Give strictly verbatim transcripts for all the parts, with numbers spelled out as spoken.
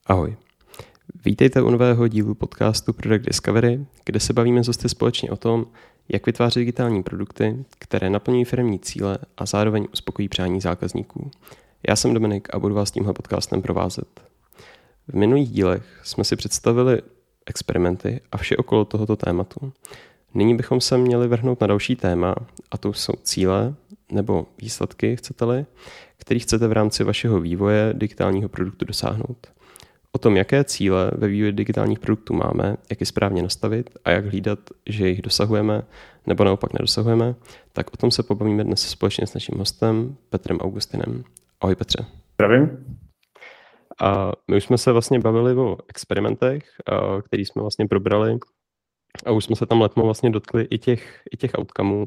Ahoj. Vítejte u nového dílu podcastu Product Discovery, kde se bavíme s hosty společně o tom, jak vytvářet digitální produkty, které naplňují firemní cíle a zároveň uspokojí přání zákazníků. Já jsem Dominik a budu vás tímhle podcastem provázet. V minulých dílech jsme si představili experimenty a vše okolo tohoto tématu. Nyní bychom se měli vrhnout na další téma, a to jsou cíle nebo výsledky, chcete-li, který chcete v rámci vašeho vývoje digitálního produktu dosáhnout. O tom, jaké cíle ve vývoji digitálních produktů máme, jak je správně nastavit a jak hlídat, že jich dosahujeme nebo naopak nedosahujeme, tak o tom se pobavíme dnes společně s naším hostem Petrem Augustinem. Ahoj Petře. Zdravím. A my už jsme se vlastně bavili o experimentech, který jsme vlastně probrali a už jsme se tam letmo vlastně dotkli i těch, i těch outcomeů.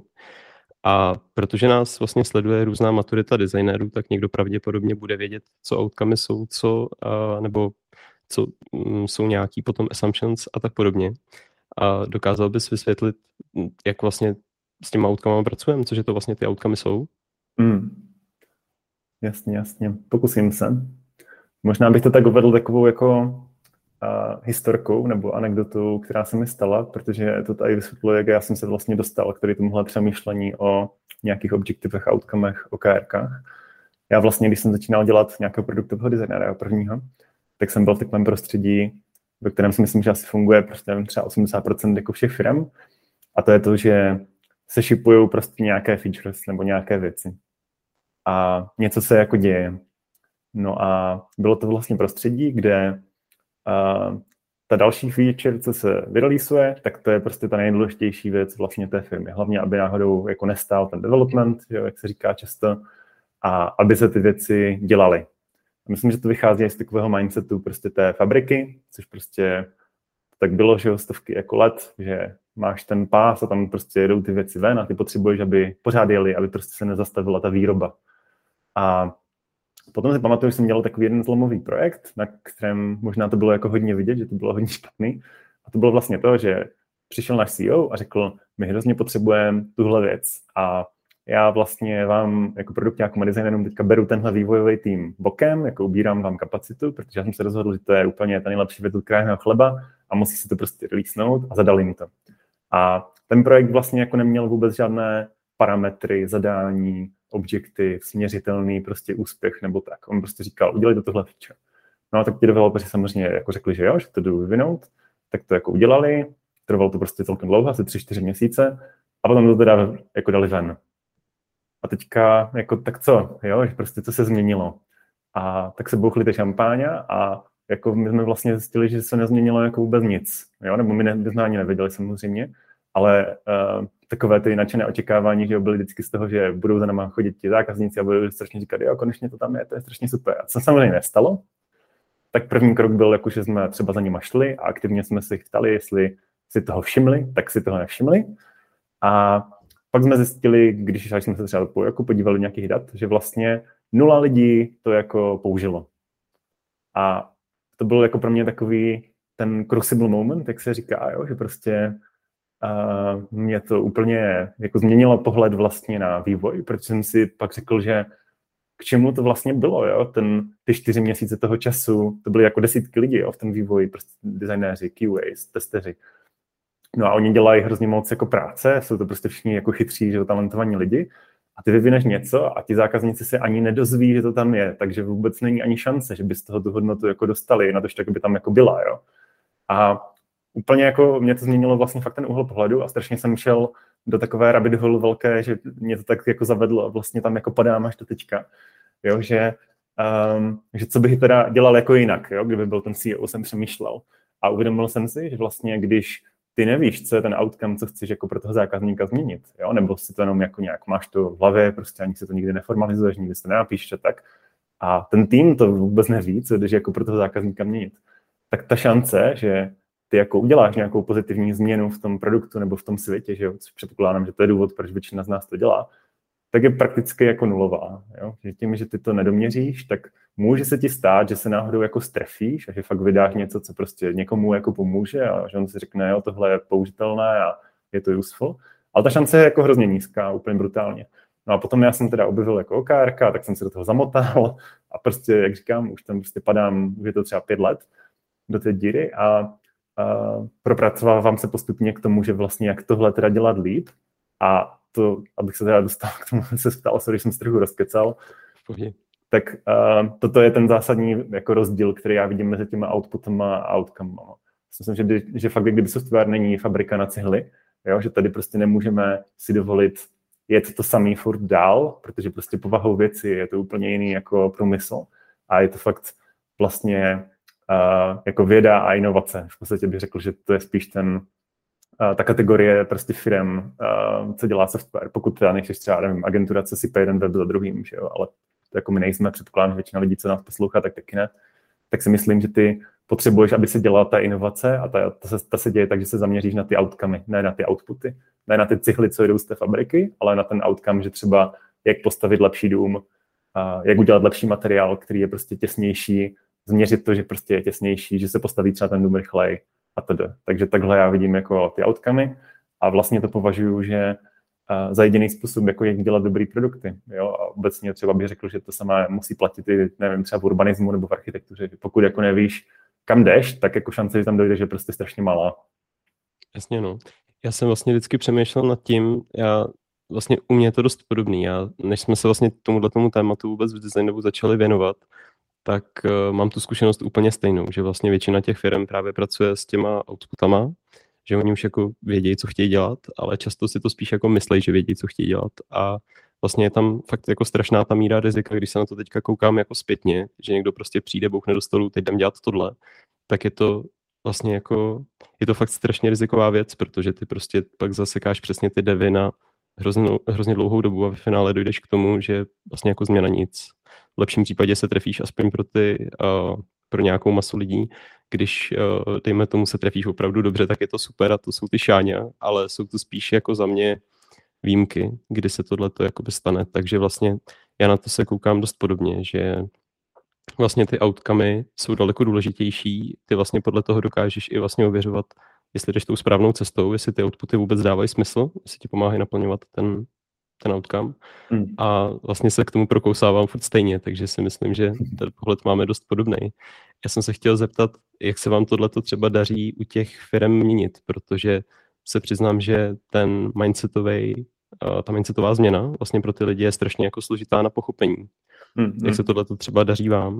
A protože nás vlastně sleduje různá maturita designérů, tak někdo pravděpodobně bude vědět, co outcome jsou, co, a, nebo co m, jsou nějaký potom assumptions a tak podobně. A dokázal bys vysvětlit, jak vlastně s těma outcomama pracujeme, cože to vlastně ty outcome jsou? Mm. Jasně, jasně. Pokusím se. Možná bych to tak uvedl takovou jako uh, historkou nebo anekdotu, která se mi stala, protože to tady vysvětluje, jak já jsem se vlastně dostal k tady tomuhle přemýšlení o nějakých objektivech, outcomech, O K Rkách. Já vlastně, když jsem začínal dělat nějakého produktového designéra prvního, tak jsem byl v takovém prostředí, ve kterém si myslím, že asi funguje prostě nevím, třeba osmdesát procent jako všech firm. A to je to, že se shipují prostě nějaké features nebo nějaké věci. A něco se jako děje. No a bylo to vlastně prostředí, kde uh, ta další feature, co se vyreleaseuje, tak to je prostě ta nejdůležitější věc vlastně té firmy. Hlavně, aby náhodou jako nestál ten development, jo, jak se říká často, a aby se ty věci dělaly. A myslím, že to vychází z takového mindsetu prostě té fabriky, což prostě tak bylo, že stovky jako let, že máš ten pás a tam prostě jedou ty věci ven a ty potřebuješ, aby pořád jeli, aby prostě se nezastavila ta výroba. A potom si pamatuju, že jsem dělal takový jeden zlomový projekt, na kterém možná to bylo jako hodně vidět, že to bylo hodně špatný. A to bylo vlastně to, že přišel náš C E O a řekl, my hrozně potřebujeme tuhle věc. A já vlastně vám jako produkťákům a designérům teďka beru tenhle vývojový tým bokem, jako ubírám vám kapacitu, protože já jsem se rozhodl, že to je úplně ta nejlepší věc od krájeného chleba a musí se to prostě releasenout a zadali mi to. A ten projekt vlastně jako neměl vůbec žádné parametry, zadání, objektiv, směřitelný prostě úspěch nebo tak. On prostě říkal, udělejte tohle feature. No a tak ti developeři samozřejmě jako řekli, že jo, že to jdu vyvinout, tak to jako udělali, trvalo to prostě celkem dlouho, asi tři, čtyři měsíce a potom to teda jako dali ven. A teďka jako tak co, jo, že prostě co se změnilo. A tak se bouchly ty šampáně a jako my jsme vlastně zjistili, že se nezměnilo jako vůbec nic, jo, nebo my, ne, my jsme ani nevěděli samozřejmě, ale uh, takové ty nadšené očekávání, že byly vždycky z toho, že budou za náma chodit ti zákazníci a budou strašně říkat, jo, konečně to tam je, to je strašně super. A co samozřejmě nestalo, tak první krok byl, jako, že jsme třeba za nima šli a aktivně jsme se jich ptali, jestli si toho všimli, tak si toho nevšimli. A pak jsme zjistili, když jsme se třeba jako podívali nějakých dat, že vlastně nula lidí to jako použilo. A to byl jako pro mě takový ten crucible moment, jak se říká, jo, že prostě a mě to úplně jako změnilo pohled vlastně na vývoj, protože jsem si pak řekl, že k čemu to vlastně bylo, jo? Ten, ty čtyři měsíce toho času, to byly jako desítky lidí, jo? V tom vývoji, prostě designéři, Q As, testeři. No a oni dělají hrozně moc jako práce, jsou to prostě všichni jako chytří, že talentovaní lidi a ty vyvineš něco a ti zákazníci se ani nedozví, že to tam je, takže vůbec není ani šance, že by z toho tu hodnotu jako dostali, na to, že by tam jako byla, jo? A úplně jako mě to změnilo vlastně fakt ten úhel pohledu a strašně jsem šel do takové rabbit hole velké, že mě to tak jako zavedlo a vlastně tam jako padám až do teďka, jo, že, um, že co bych teda dělal jako jinak, jo, kdyby byl ten C E O, jsem přemýšlel. A uvědomil jsem si, že vlastně když ty nevíš, co je ten outcome, co chceš jako pro toho zákazníka změnit, jo, nebo si to jenom jako nějak máš to v hlavě, prostě ani si to nikdy neformalizuješ, nikdy si to nenapíšeš a tak. A ten tým to vůbec neví, co jdeš jako pro toho zákazníka měnit. Tak ta šance, že ty jako uděláš nějakou pozitivní změnu v tom produktu nebo v tom světě, že jo, což předpokládám, že to je důvod, proč většina z nás to dělá, tak je prakticky jako nulová. Jo? Že tím, že ty to nedoměříš, tak může se ti stát, že se náhodou jako strefíš a že fakt vydáš něco, co prostě někomu jako pomůže a že on si řekne, jo, tohle je použitelné a je to useful. Ale ta šance je jako hrozně nízká, úplně brutálně. No a potom já jsem teda objevil jako O K R ka, tak jsem se do toho zamotal a prostě, jak říkám, už tam prostě padám, už je to třeba pět let do té díry a, a propracovávám se postupně k tomu, že vlastně jak tohle teda dělat líp a to, abych se teda dostal k tomu, se ptal, sorry, jsem se trochu rozkecal, tak uh, toto je ten zásadní jako rozdíl, který já vidím mezi těma outputama a outcomama. Myslím, že, že fakt, kdyby software není fabrika na cihly, jo, že tady prostě nemůžeme si dovolit jet to samý furt dál, protože prostě povahou věci je to úplně jiný jako průmysl a je to fakt vlastně uh, jako věda a inovace. V podstatě bych řekl, že to je spíš ten, uh, ta kategorie prostě firem, uh, co dělá software. Pokud teda nejseš třeba, nevím, agentura, co si pije jeden web za druhým, že jo, ale to jako my nejsme, předpokládám, že většina lidí, co nás poslouchá, tak taky ne, tak si myslím, že ty potřebuješ, aby se dělala ta inovace a ta, ta, se, ta se děje tak, že se zaměříš na ty outcomy, ne na ty outputy, ne na ty cihly, co jdou z té fabriky, ale na ten outcome, že třeba jak postavit lepší dům, a jak udělat lepší materiál, který je prostě těsnější, změřit to, že prostě je těsnější, že se postaví třeba ten dům rychleji a tedy. Takže takhle já vidím jako ty outcomy a vlastně to považuji, že za jediný způsob, jako jak dělat dobrý produkty. Jo? A obecně třeba bych řekl, že to samé musí platit i, nevím, třeba v urbanismu nebo v architektuře. Pokud jako nevíš, kam jdeš, tak jako šance, že tam dojdeš, je prostě strašně malá. Jasně, no. Já jsem vlastně vždycky přemýšlel nad tím, já vlastně u mě je to dost podobný. Já, než jsme se vlastně tomuhle tomu tématu vůbec v designu začali věnovat, tak uh, mám tu zkušenost úplně stejnou, že vlastně většina těch firm právě pracuje s těma outputama, že oni už jako vědějí, co chtějí dělat, ale často si to spíš jako myslí, že vědí, co chtějí dělat a vlastně je tam fakt jako strašná ta míra rizika, když se na to teďka koukám jako zpětně, že někdo prostě přijde, bouchne do stolu, teď jdem dělat tohle, tak je to vlastně jako, je to fakt strašně riziková věc, protože ty prostě pak zasekáš přesně ty devy na hrozně, hrozně dlouhou dobu a v finále dojdeš k tomu, že vlastně jako změna nic. V lepším případě se trefíš aspoň pro ty, uh, pro nějakou masu lidí, když, uh, dejme tomu, se trefíš opravdu dobře, tak je to super a to jsou ty šáňa, ale jsou to spíš jako za mě výjimky, kdy se tohleto jakoby stane, takže vlastně já na to se koukám dost podobně, že vlastně ty outcomy jsou daleko důležitější, ty vlastně podle toho dokážeš i vlastně ověřovat, jestli jdeš tou správnou cestou, jestli ty outputy vůbec dávají smysl, jestli ti pomáhají naplňovat ten, ten outcome hmm. a vlastně se k tomu prokousávám furt stejně, takže si myslím, že ten pohled máme dost podobný. Já jsem se chtěl zeptat, jak se vám tohleto třeba daří u těch firm měnit, protože se přiznám, že ten mindsetový, ta mindsetová změna vlastně pro ty lidi je strašně jako složitá na pochopení. Hmm. Jak se tohleto třeba daří vám?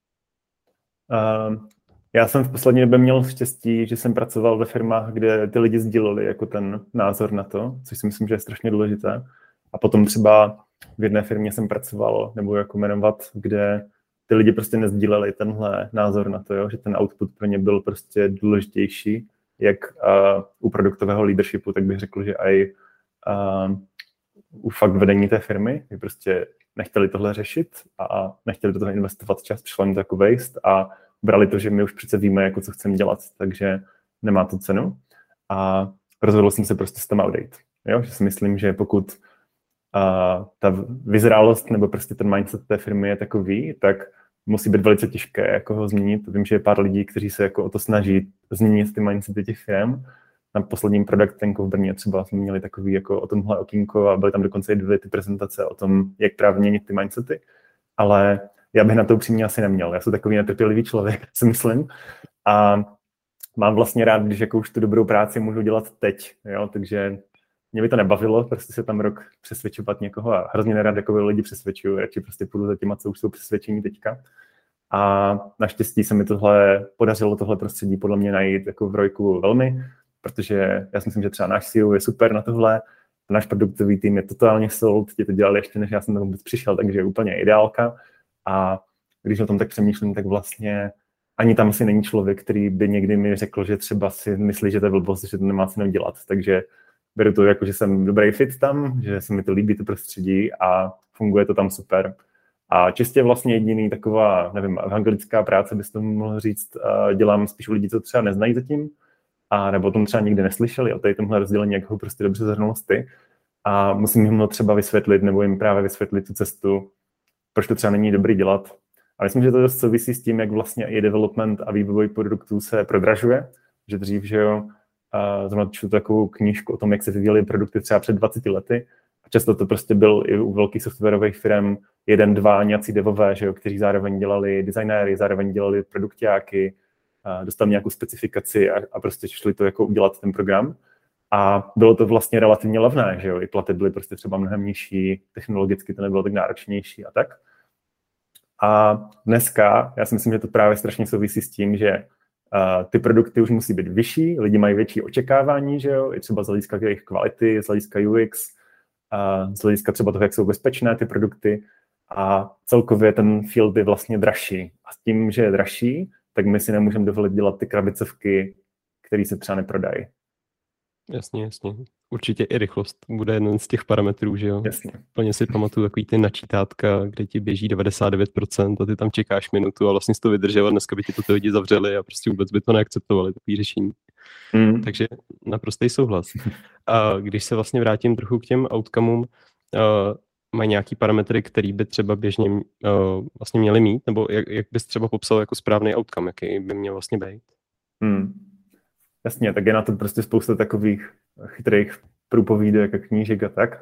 Uh, já jsem v poslední době měl štěstí, že jsem pracoval ve firmách, kde ty lidi sdíleli jako ten názor na to, což si myslím, že je strašně důležité. A potom třeba v jedné firmě jsem pracoval, nebo jako jmenovat, kde ty lidi prostě nezdíleli tenhle názor na to, jo, že ten output pro ně byl prostě důležitější, jak uh, u produktového leadershipu, tak bych řekl, že i uh, u fakt vedení té firmy, kdy prostě nechtěli tohle řešit a nechtěli do toho investovat čas, přišlo jim to jako waste a brali to, že my už přece víme, jako co chceme dělat, takže nemá to cenu. A rozhodl jsem se prostě s tom odejít. Jo? Že si myslím, že pokud uh, ta vyzrálost nebo prostě ten mindset té firmy je takový, tak musí být velice těžké jako ho změnit. Vím, že je pár lidí, kteří se jako o to snaží změnit ty mindsety těch firm. Na posledním Product Tanku v Brně třeba jsme měli takový jako o tomhle okýnko a byly tam dokonce i dvě ty prezentace o tom, jak právě měnit ty mindsety, ale já bych na to upřímně asi neměl. Já jsem takový netrpělivý člověk, si myslím, a mám vlastně rád, když jako už tu dobrou práci můžu dělat teď, jo? Takže mě by to nebavilo, prostě se tam rok přesvědčovat někoho a hrozně nerad jako lidi přesvědčuju, radši prostě půjdu za těma, co už jsou přesvědčení teďka. A naštěstí se mi tohle podařilo tohle prostředí podle mě najít jako v Rojku velmi, protože já si myslím, že třeba náš C E O je super na tohle, náš produktový tým je totálně sold, ti to dělali ještě, než já jsem tam vůbec přišel, takže je úplně ideálka. A když o tom tak přemýšlím, tak vlastně ani tam asi není člověk, který by někdy mi řekl, že třeba si myslí, že to je blbost, že to nemá cenu dělat. Takže beru to jako, že jsem dobrý fit tam, že se mi to líbí, to prostředí a funguje to tam super. A čistě vlastně jediný taková, nevím, evangelická práce, bys to mohl říct, dělám spíš u lidí, co třeba neznají zatím, a nebo o tom třeba nikdy neslyšeli, o tady tomhle rozdělení, jak ho prostě dobře zhrnul ty. A musím jim ho třeba vysvětlit, nebo jim právě vysvětlit tu cestu, proč to třeba není dobrý dělat. A myslím, že to dost souvisí s tím, jak vlastně i development a vývoj produktů se prodražuje, že dřív, že jo, zrovna čtu takovou knížku o tom, jak se vyvíjely produkty třeba před dvaceti lety, a Často to prostě byl i u velkých softwarových firm jeden, dva nějací devové, že jo, kteří zároveň dělali designéry, zároveň dělali produkťáky, dostali nějakou specifikaci a, a prostě šli to jako udělat ten program. A bylo to vlastně relativně levné, že jo, i platy byly prostě třeba mnohem nižší, technologicky to nebylo tak náročnější a tak. A dneska, já si myslím, že to právě strašně souvisí s tím, že uh, ty produkty už musí být vyšší, lidi mají větší očekávání, že jo, i třeba z hlediska jejich kvality, z hlediska U X, uh, z hlediska třeba toho, jak jsou bezpečné ty produkty a celkově ten field je vlastně dražší. A s tím, že je dražší, tak my si nemůžeme dovolit dělat ty krabicovky, které se třeba neprodají. Jasně, jasně. Určitě i rychlost bude jeden z těch parametrů, že jo? Jasně. Plně si pamatuju takový ty načítátka, kde ti běží devadesát devět procent a ty tam čekáš minutu a vlastně si to vydržel a dneska by ti to ty lidi zavřeli a prostě vůbec by to neakceptovali, takový řešení. Mm. Takže naprostý souhlas. A když se vlastně vrátím trochu k těm outcomeům, uh, mají nějaký parametry, který by třeba běžně uh, vlastně měli mít, nebo jak, jak bys třeba popsal jako správný outcome, jaký by měl vlastně být? Mm. Jasně, tak je na to prostě spousta takových chytrých průpovídek a knížek a tak,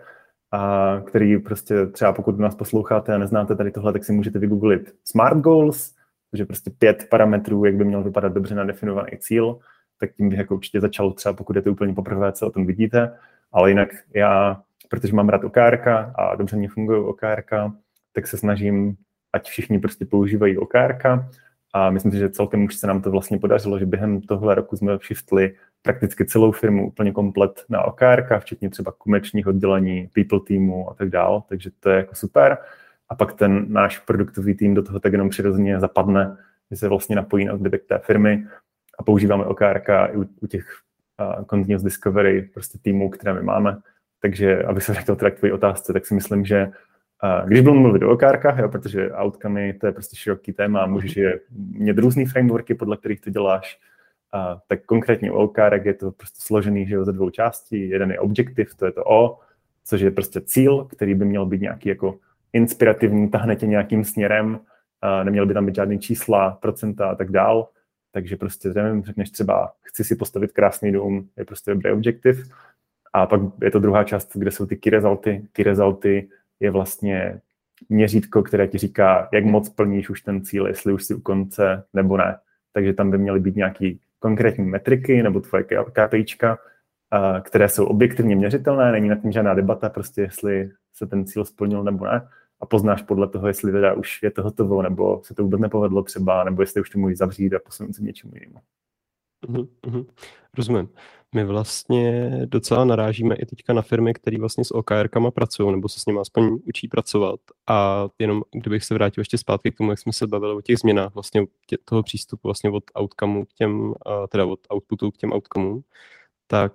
a který prostě třeba pokud nás posloucháte a neznáte tady tohle, tak si můžete vygooglit SMART Goals, což je prostě pět parametrů, jak by měl vypadat dobře nadefinovaný cíl, tak tím bych jako určitě začal třeba, pokud je to úplně poprvé, co o tom vidíte, ale jinak já, protože mám rád O K R ka a dobře mě fungují O K R ka, tak se snažím, ať všichni prostě používají O K R ka. A myslím si, že celkem už se nám to vlastně podařilo, že během tohle roku jsme shiftli prakticky celou firmu úplně komplet na O K R ka, včetně třeba komerčních oddělení, people týmu a tak dál, takže to je jako super. A pak ten náš produktový tým do toho tak jenom přirozeně zapadne, že se vlastně napojí na zbytek té firmy a používáme O K R ka i u, u těch uh, continuous discovery prostě týmů, které my máme. Takže, aby se vrátil teda k tvojí otázce, tak si myslím, že Uh, když budu mluvit o O K R kách, jo, protože outcome to je prostě široký téma, můžeš je mít různý frameworky, podle kterých to děláš, uh, tak konkrétně u O K R je to prostě složený, že jo, ze dvou částí. Jeden je objective, to je to O, což je prostě cíl, který by měl být nějaký jako inspirativní, tahne tě nějakým směrem, uh, neměl by tam být žádný čísla, procenta a tak dál, takže prostě nevím, řekneš třeba, chci si postavit krásný dům, je prostě dobrý objective, a pak je to druhá část, kde jsou ty key resulty, key resulty je vlastně měřítko, které ti říká, jak moc plníš už ten cíl, jestli už jsi u konce nebo ne. Takže tam by měly být nějaké konkrétní metriky nebo tvoje KPIčka, které jsou objektivně měřitelné, není nad tím žádná debata, prostě jestli se ten cíl splnil nebo ne. A poznáš podle toho, jestli teda už je to hotovo, nebo se to vůbec nepovedlo třeba, nebo jestli už to můžeš zavřít a posunout se k něčemu jinému. Uhum, uhum. Rozumím. My vlastně docela narážíme i teďka na firmy, které vlastně s O K R kama pracují, nebo se s nimi aspoň učí pracovat. A jenom kdybych se vrátil ještě zpátky k tomu, jak jsme se bavili o těch změnách, vlastně tě, toho přístupu vlastně od outcomeu k těm, teda od outputu k těm outcomeům, tak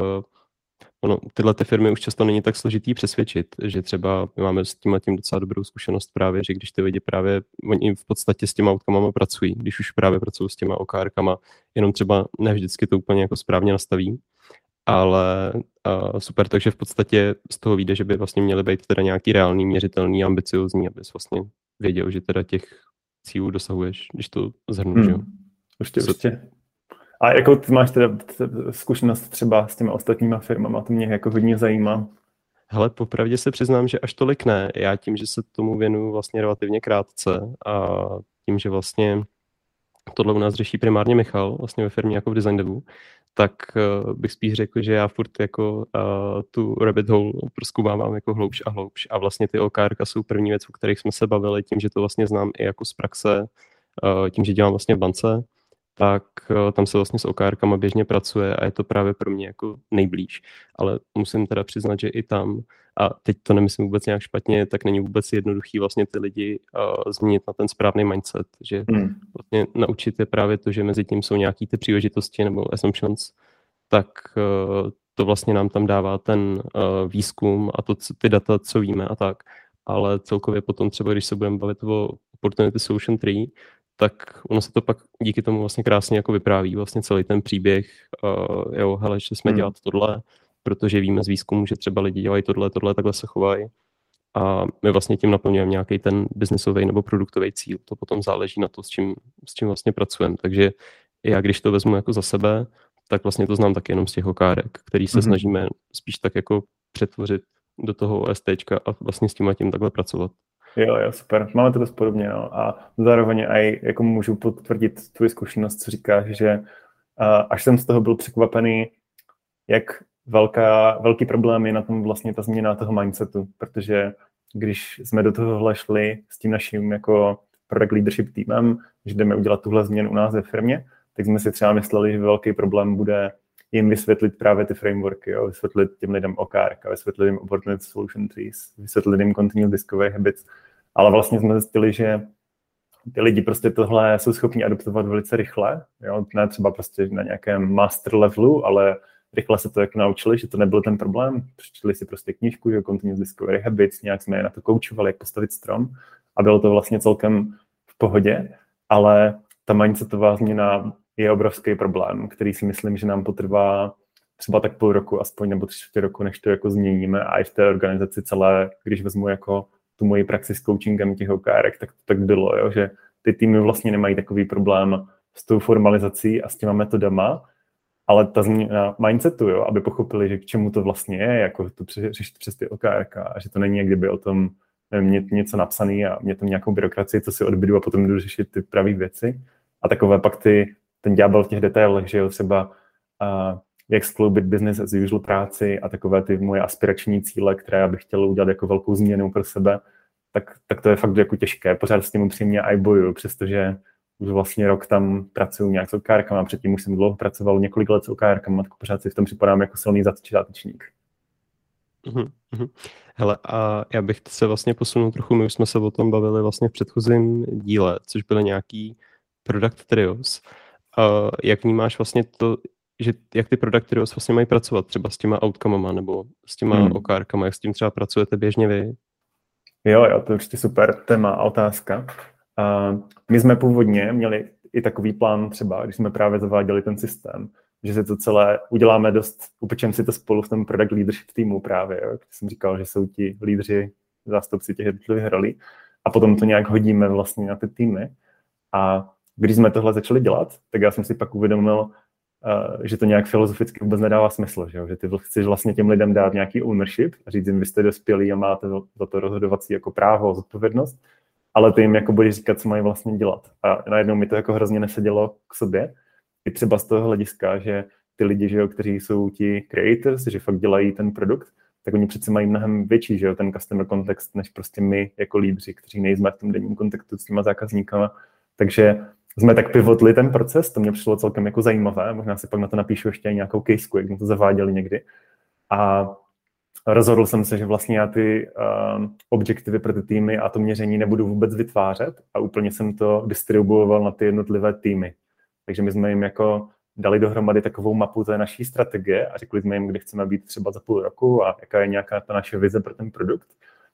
ono, tyhle ty firmy už často není tak složitý přesvědčit, že třeba my máme s tímhle tím docela dobrou zkušenost právě, že když ty lidi právě, oni v podstatě s těma outcomama pracují, když už právě pracují s těma O K R kama, jenom třeba ne vždycky to úplně jako správně nastaví, ale uh, super, takže v podstatě z toho vyjde, že by vlastně měly být teda nějaký reálný, měřitelný, ambiciozní, abys vlastně věděl, že teda těch cílů dosahuješ, když to zhrnu, hmm. že jo? Určitě, určitě. A jako ty máš teda zkušenost třeba s těmi ostatníma firmama, to mě jako hodně zajímá. Hele, popravdě se přiznám, že až tolik ne. Já tím, že se tomu věnuju vlastně relativně krátce a tím, že vlastně tohle u nás řeší primárně Michal, vlastně ve firmě jako v design devu, tak uh, bych spíš řekl, že já furt jako uh, tu rabbit hole prozkoumávám jako hloubš a hloubš a vlastně ty O K R ka jsou první věc, o kterých jsme se bavili, tím, že to vlastně znám i jako z praxe, uh, tím, že dělám vlastně v bance, tak uh, tam se vlastně s O K R kama běžně pracuje a je to právě pro mě jako nejblíž. Ale musím teda přiznat, že i tam, a teď to nemyslím vůbec nějak špatně, tak není vůbec jednoduchý vlastně ty lidi uh, změnit na ten správný mindset, že hmm. vlastně naučit je právě to, že mezi tím jsou nějaký ty příležitosti nebo assumptions, tak uh, to vlastně nám tam dává ten uh, výzkum a to, ty data, co víme a tak. Ale celkově potom třeba, když se budeme bavit o Opportunity Solution Tree, tak ono se to pak díky tomu vlastně krásně jako vypráví vlastně celý ten příběh, uh, jo, hele, že jsme hmm. dělat tohle, protože víme z výzkumu, že třeba lidi dělají tohle, tohle, takhle se chovají a my vlastně tím naplňujeme nějaký ten biznesový nebo produktový cíl. To potom záleží na to, s čím, s čím vlastně pracujeme. Takže já, když to vezmu jako za sebe, tak vlastně to znám taky jenom z těch O K R ek, který se mm-hmm. snažíme spíš tak jako přetvořit do toho STčka a vlastně s tím a tím takhle pracovat. Jo, jo, super. Máme to dost podobně, no. A zároveň aj jako můžu potvrdit tvou zkušenost, co říkáš, že uh, až jsem z toho byl překvapený, jak velká, velký problém je na tom vlastně ta změna toho mindsetu, protože když jsme do tohohle šli s tím naším jako product leadership týmem, že jdeme udělat tuhle změnu u nás ve firmě, tak jsme si třeba mysleli, že velký problém bude jim vysvětlit právě ty frameworky, jo? Vysvětlit těm lidem O K R, vysvětlit jim Opportunity Solution Trees, vysvětlit jim Continuous Discovery Habits, ale vlastně jsme zjistili, že ty lidi prostě tohle jsou schopni adoptovat velice rychle, jo? Ne třeba prostě na nějakém master levelu, ale rychle se to jako naučili, že to nebyl ten problém. Přečetli si prostě knížku, že Continuous Discovery Habits, nějak jsme je na to koučovali, jak postavit strom a bylo to vlastně celkem v pohodě, ale ta mindsetová změna je obrovský problém, který si myslím, že nám potrvá třeba tak půl roku aspoň, nebo tři čtvrtě roku, než to jako změníme a i v té organizaci celé, když vezmu jako tu moji praxi s coachingem těch O K R, tak to tak bylo, jo, že ty týmy vlastně nemají takový problém s tou formalizací a s těma metodama, ale ta změna mindsetu, jo, aby pochopili, že k čemu to vlastně je, jako to řešit přes ty O K R a že to není jak kdyby o tom nevím, něco napsaný a mě tam nějakou byrokracii, co si odbydu a potom jdu řešit ty pravý věci. A takové pak ty, ten ďábel v těch detailech, že jo, třeba uh, jak skloubit business as usual práci a takové ty moje aspirační cíle, které já bych chtěl udělat jako velkou změnu pro sebe, tak, tak to je fakt jako těžké. Pořád s tím upřímně i bojuju, přestože už vlastně rok tam pracuju nějak s O K R kama, předtím už jsem dlouho pracoval několik let s O K R kama, tak pořád si v tom připadám jako silný začátečník. Uhum, uhum. Hele, a já bych se vlastně posunul trochu, my už jsme se o tom bavili vlastně v předchozím díle, což byly nějaký product trios. Uh, jak vnímáš vlastně to, že jak ty product trios vlastně mají pracovat třeba s těma outcomama nebo s těma hmm. O K R kama, jak s tím třeba pracujete běžně vy? Jo, jo, to je určitě super téma a otázka. Uh, my jsme původně měli i takový plán třeba, když jsme právě zaváděli ten systém, že si to celé uděláme dost, upečeme si to spolu v tom product leadership týmu právě, jo, když jsem říkal, že jsou ti lídři, zástupci těch jednotlivých rolí a potom to nějak hodíme vlastně na ty týmy. A když jsme tohle začali dělat, tak já jsem si pak uvědomil, uh, že to nějak filozoficky vůbec nedává smysl, že, jo? Že ty chceš vlastně těm lidem dát nějaký ownership a říct jim, vy jste dospělí a máte za to rozhodovací jako právo a zodpovědnost, ale ty jim jako budeš říkat, co mají vlastně dělat. A najednou mi to jako hrozně nesedělo k sobě. I třeba z toho hlediska, že ty lidi, že jo, kteří jsou ti creators, že fakt dělají ten produkt, tak oni přece mají mnohem větší, že jo, ten customer context, než prostě my jako lídři, kteří nejsme v tom denním kontaktu s těma zákazníkama. Takže jsme tak pivotli ten proces, to mě přišlo celkem jako zajímavé, možná si pak na to napíšu ještě nějakou caseku, jak jsme to zaváděli někdy. A rozhodl jsem se, že vlastně já ty uh, objektivy pro ty týmy a to měření nebudu vůbec vytvářet a úplně jsem to distribuoval na ty jednotlivé týmy. Takže my jsme jim jako dali dohromady takovou mapu té naší strategie a řekli jsme jim, kde chceme být třeba za půl roku a jaká je nějaká ta naše vize pro ten produkt.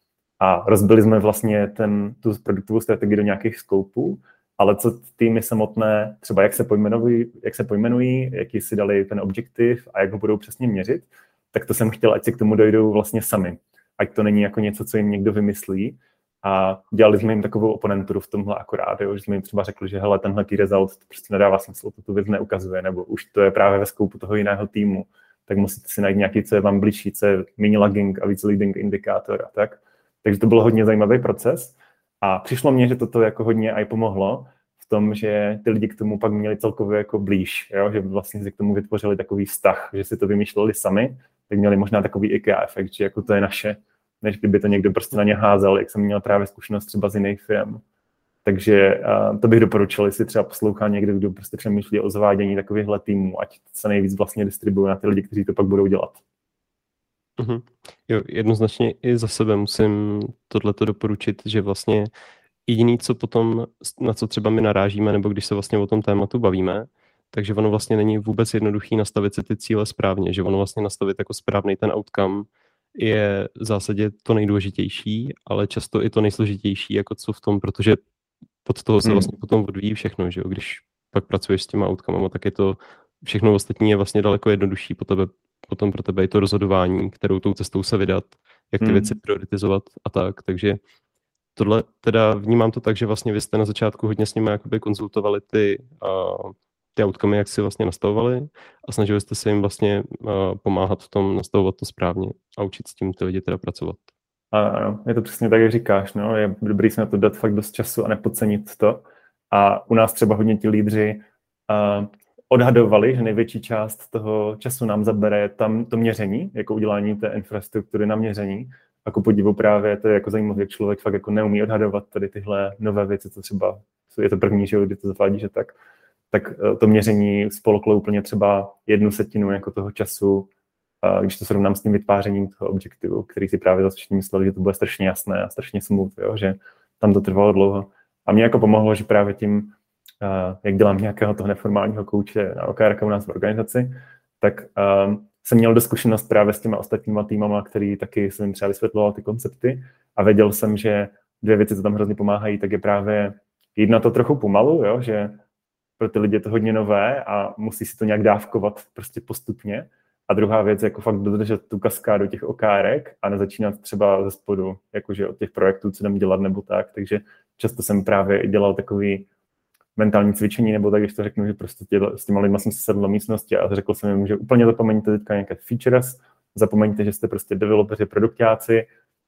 A rozbili jsme vlastně ten, tu produktovou strategii do nějakých skoupů, ale co týmy samotné, třeba jak se pojmenují, jak se pojmenují, jaký si dali ten objektiv a jak ho budou přesně měřit, tak to jsem chtěl, ať si k tomu dojdou vlastně sami. Ať to není jako něco, co jim někdo vymyslí. A dělali jsme jim takovou oponenturu v tomhle akorát, jo, že jsme jim třeba řekli, že hele, tenhle key result to prostě nedává smysl, to tu věc neukazuje, nebo už to je právě ve skoupu toho jiného týmu, tak musíte si najít nějaký, co je vám blížší, co je méně lagging a víc leading indikátor a tak. Takže to byl hodně zajímavý proces a přišlo mně, že toto jako hodně aj pomohlo v tom, že ty lidi k tomu pak měli celkově jako blíž, jo, že vlastně si k tomu vytvořili takový vztah, že si to vymýšleli sami, tak měli možná takový IKEA efekt, že jako to je naše, než kdyby to někdo prostě na ně házel, jak jsem měl právě zkušenost třeba z jiných firm. Takže uh, to bych doporučil, jestli třeba poslouchá někdo, kdo prostě přemýšlí o zavádění takovýchhle týmů, ať se nejvíc vlastně distribuje na ty lidi, kteří to pak budou dělat. Mm-hmm. Jo, jednoznačně i za sebe musím tohleto doporučit, že vlastně jediný, co potom, na co třeba my narážíme, nebo když se vlastně o tom tématu bavíme, takže ono vlastně není vůbec jednoduchý nastavit si ty cíle správně, že ono vlastně nastavit jako správný ten outcome je v zásadě to nejdůležitější, ale často i to nejsložitější, jako co v tom, protože pod toho se vlastně potom odvíjí všechno, že jo? Když pak pracuješ s těma outcomama, tak je to všechno ostatní je vlastně daleko jednodušší po tebe, potom pro tebe je to rozhodování, kterou tou cestou se vydat, jak ty hmm. věci prioritizovat a tak, takže tohle teda vnímám to tak, že vlastně vy jste na začátku hodně s nimi jakoby konzultovali ty, uh, ty outcomy, jak si vlastně nastavovali a snažili jste se jim vlastně uh, pomáhat v tom nastavovat to správně a učit s tím ty lidi teda pracovat. Ano, je to přesně tak, jak říkáš, no, je dobrý si na to dát fakt dost času a nepodcenit to. A u nás třeba hodně ti lídři uh, odhadovali, že největší část toho času nám zabere tam to měření, jako udělání té infrastruktury na měření. A ku podivu právě to je jako zajímavé, jak člověk fakt jako neumí odhadovat tady tyhle nové věci, co třeba je to první, že kdy to zavádí, že tak, tak to měření spolklo úplně třeba jednu setinu jako toho času, když to srovnám s tím vytvářením toho objektivu, který si právě zase všichni mysleli, že to bude strašně jasné a strašně smooth, jo, že tam to trvalo dlouho. A mě jako pomohlo, že právě tím, jak dělám nějakého toho neformálního kouče na O K R u nás v organizaci, tak jsem měl do zkušenost právě s těma ostatníma týmama, který taky jsem jim třeba vysvětloval ty koncepty a věděl jsem, že dvě věci, co tam hrozně pomáhají, tak je právě jít na to trochu pomalu, jo, že pro ty lidi je to hodně nové a musí si to nějak dávkovat prostě postupně. A druhá věc, jako fakt dodržet tu kaskádu těch okárek a nezačínat třeba ze spodu, jakože od těch projektů, co jdem dělat nebo tak. Takže často jsem právě dělal takový mentální cvičení, nebo tak, když to řeknu, že prostě těla, s těma lidma jsem se sedl do místnosti a řekl jsem jim, že úplně zapomeňte teďka nějaké features, zapomeňte, že jste prostě developeři, produktáci,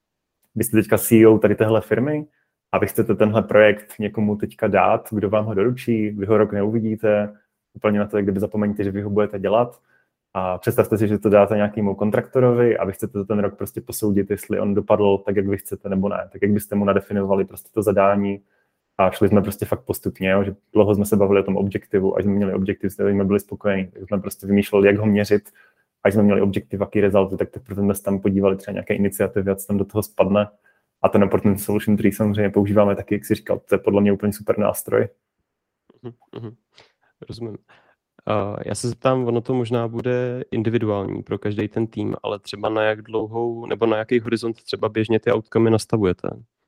vy jste teďka C E O tady téhle firmy a vy chcete tenhle projekt někomu teďka dát, kdo vám ho doručí, vy ho rok neuvidíte, úplně na to, jak kdyby zapomeňte, že vy ho budete dělat. A představte si, že to dáte nějakému kontraktorovi a vy chcete to ten rok prostě posoudit, jestli on dopadl tak, jak vy chcete, nebo ne. Tak jak byste mu nadefinovali prostě to zadání a šli jsme prostě fakt postupně, jo? Že dlouho jsme se bavili o tom objektivu, až jsme měli objektiv, s kterým jsme byli spokojení. Tak jsme prostě vymýšleli, jak ho měřit, až jsme měli objektiv, jaký rezulty, tak teprve jsme se tam podívali třeba nějaké iniciativy, co tam do toho spadne. A ten Important Solution Tree samozřejmě používáme taky, jak jsi říkal, to je podle mě úplně super nástroj. Mm-hmm. Rozumím. Uh, já se zeptám, ono to možná bude individuální pro každý ten tým, ale třeba na jak dlouhou, nebo na jaký horizont třeba běžně ty outcomy nastavujete?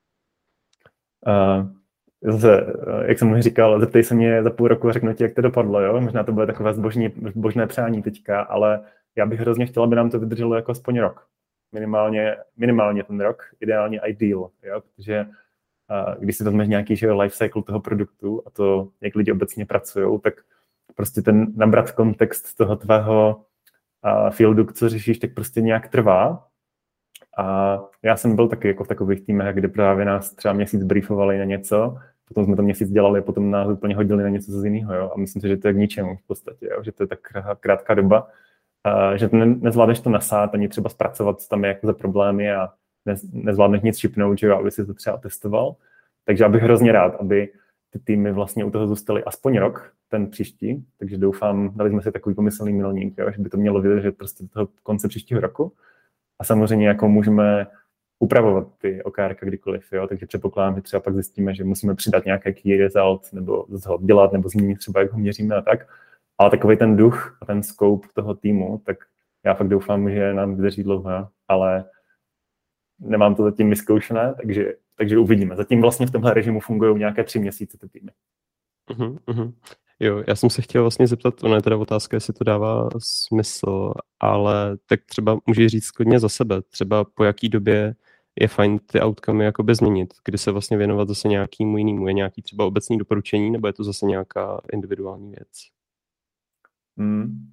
Uh, zase, jak jsem říkal, zeptej se mě za půl roku a řeknu ti, jak to dopadlo, jo? Možná to bude takové zbožní, zbožné přání teďka, ale já bych hrozně chtěla, aby nám to vydrželo jako aspoň rok. Minimálně, minimálně ten rok, ideálně ideal, jo? Protože uh, když si vezmeš nějaký že, life cycle toho produktu a to, jak lidi obecně pracují, tak prostě ten nabrat kontext toho tvého uh, fieldu, co řešíš, tak prostě nějak trvá. A já jsem byl taky jako v takových týmech, kde právě nás třeba měsíc briefovali na něco, potom jsme to měsíc dělali, potom nás úplně hodili na něco z jiného, jo. A myslím si, že to je k ničemu v podstatě, jo. Že to je tak krátká doba, uh, že ne, nezvládneš to nasát, ani třeba zpracovat tam jako za problémy a ne, nezvládneš nic šipnout, že jo, aby si to třeba testoval. Takže já bych hrozně rád, aby ty týmy vlastně u toho zůstaly aspoň rok, ten příští, takže doufám, dali jsme si takový pomyslný milník, jo, že by to mělo vydržet prostě do toho konce příštího roku. A samozřejmě jako můžeme upravovat ty O K R kdykoliv, jo, takže předpokládám, že třeba pak zjistíme, že musíme přidat nějaký key result, nebo ho dělat, nebo změnit třeba, jak ho měříme a tak. Ale takový ten duch a ten scope toho týmu, tak já fakt doufám, že nám vydrží dlouho, ale nemám to zatím vyzkoušené, takže, takže uvidíme. Zatím vlastně v tomhle režimu fungují nějaké tři měsíce ty týmy. Uh-huh, uh-huh. Jo, já jsem se chtěl vlastně zeptat, ona je teda otázka, jestli to dává smysl, ale tak třeba můžeš říct klidně za sebe, třeba po jaký době je fajn ty outcomy jakoby změnit, kdy se vlastně věnovat zase nějakému jinému, je nějaký třeba obecný doporučení, nebo je to zase nějaká individuální věc? Hmm.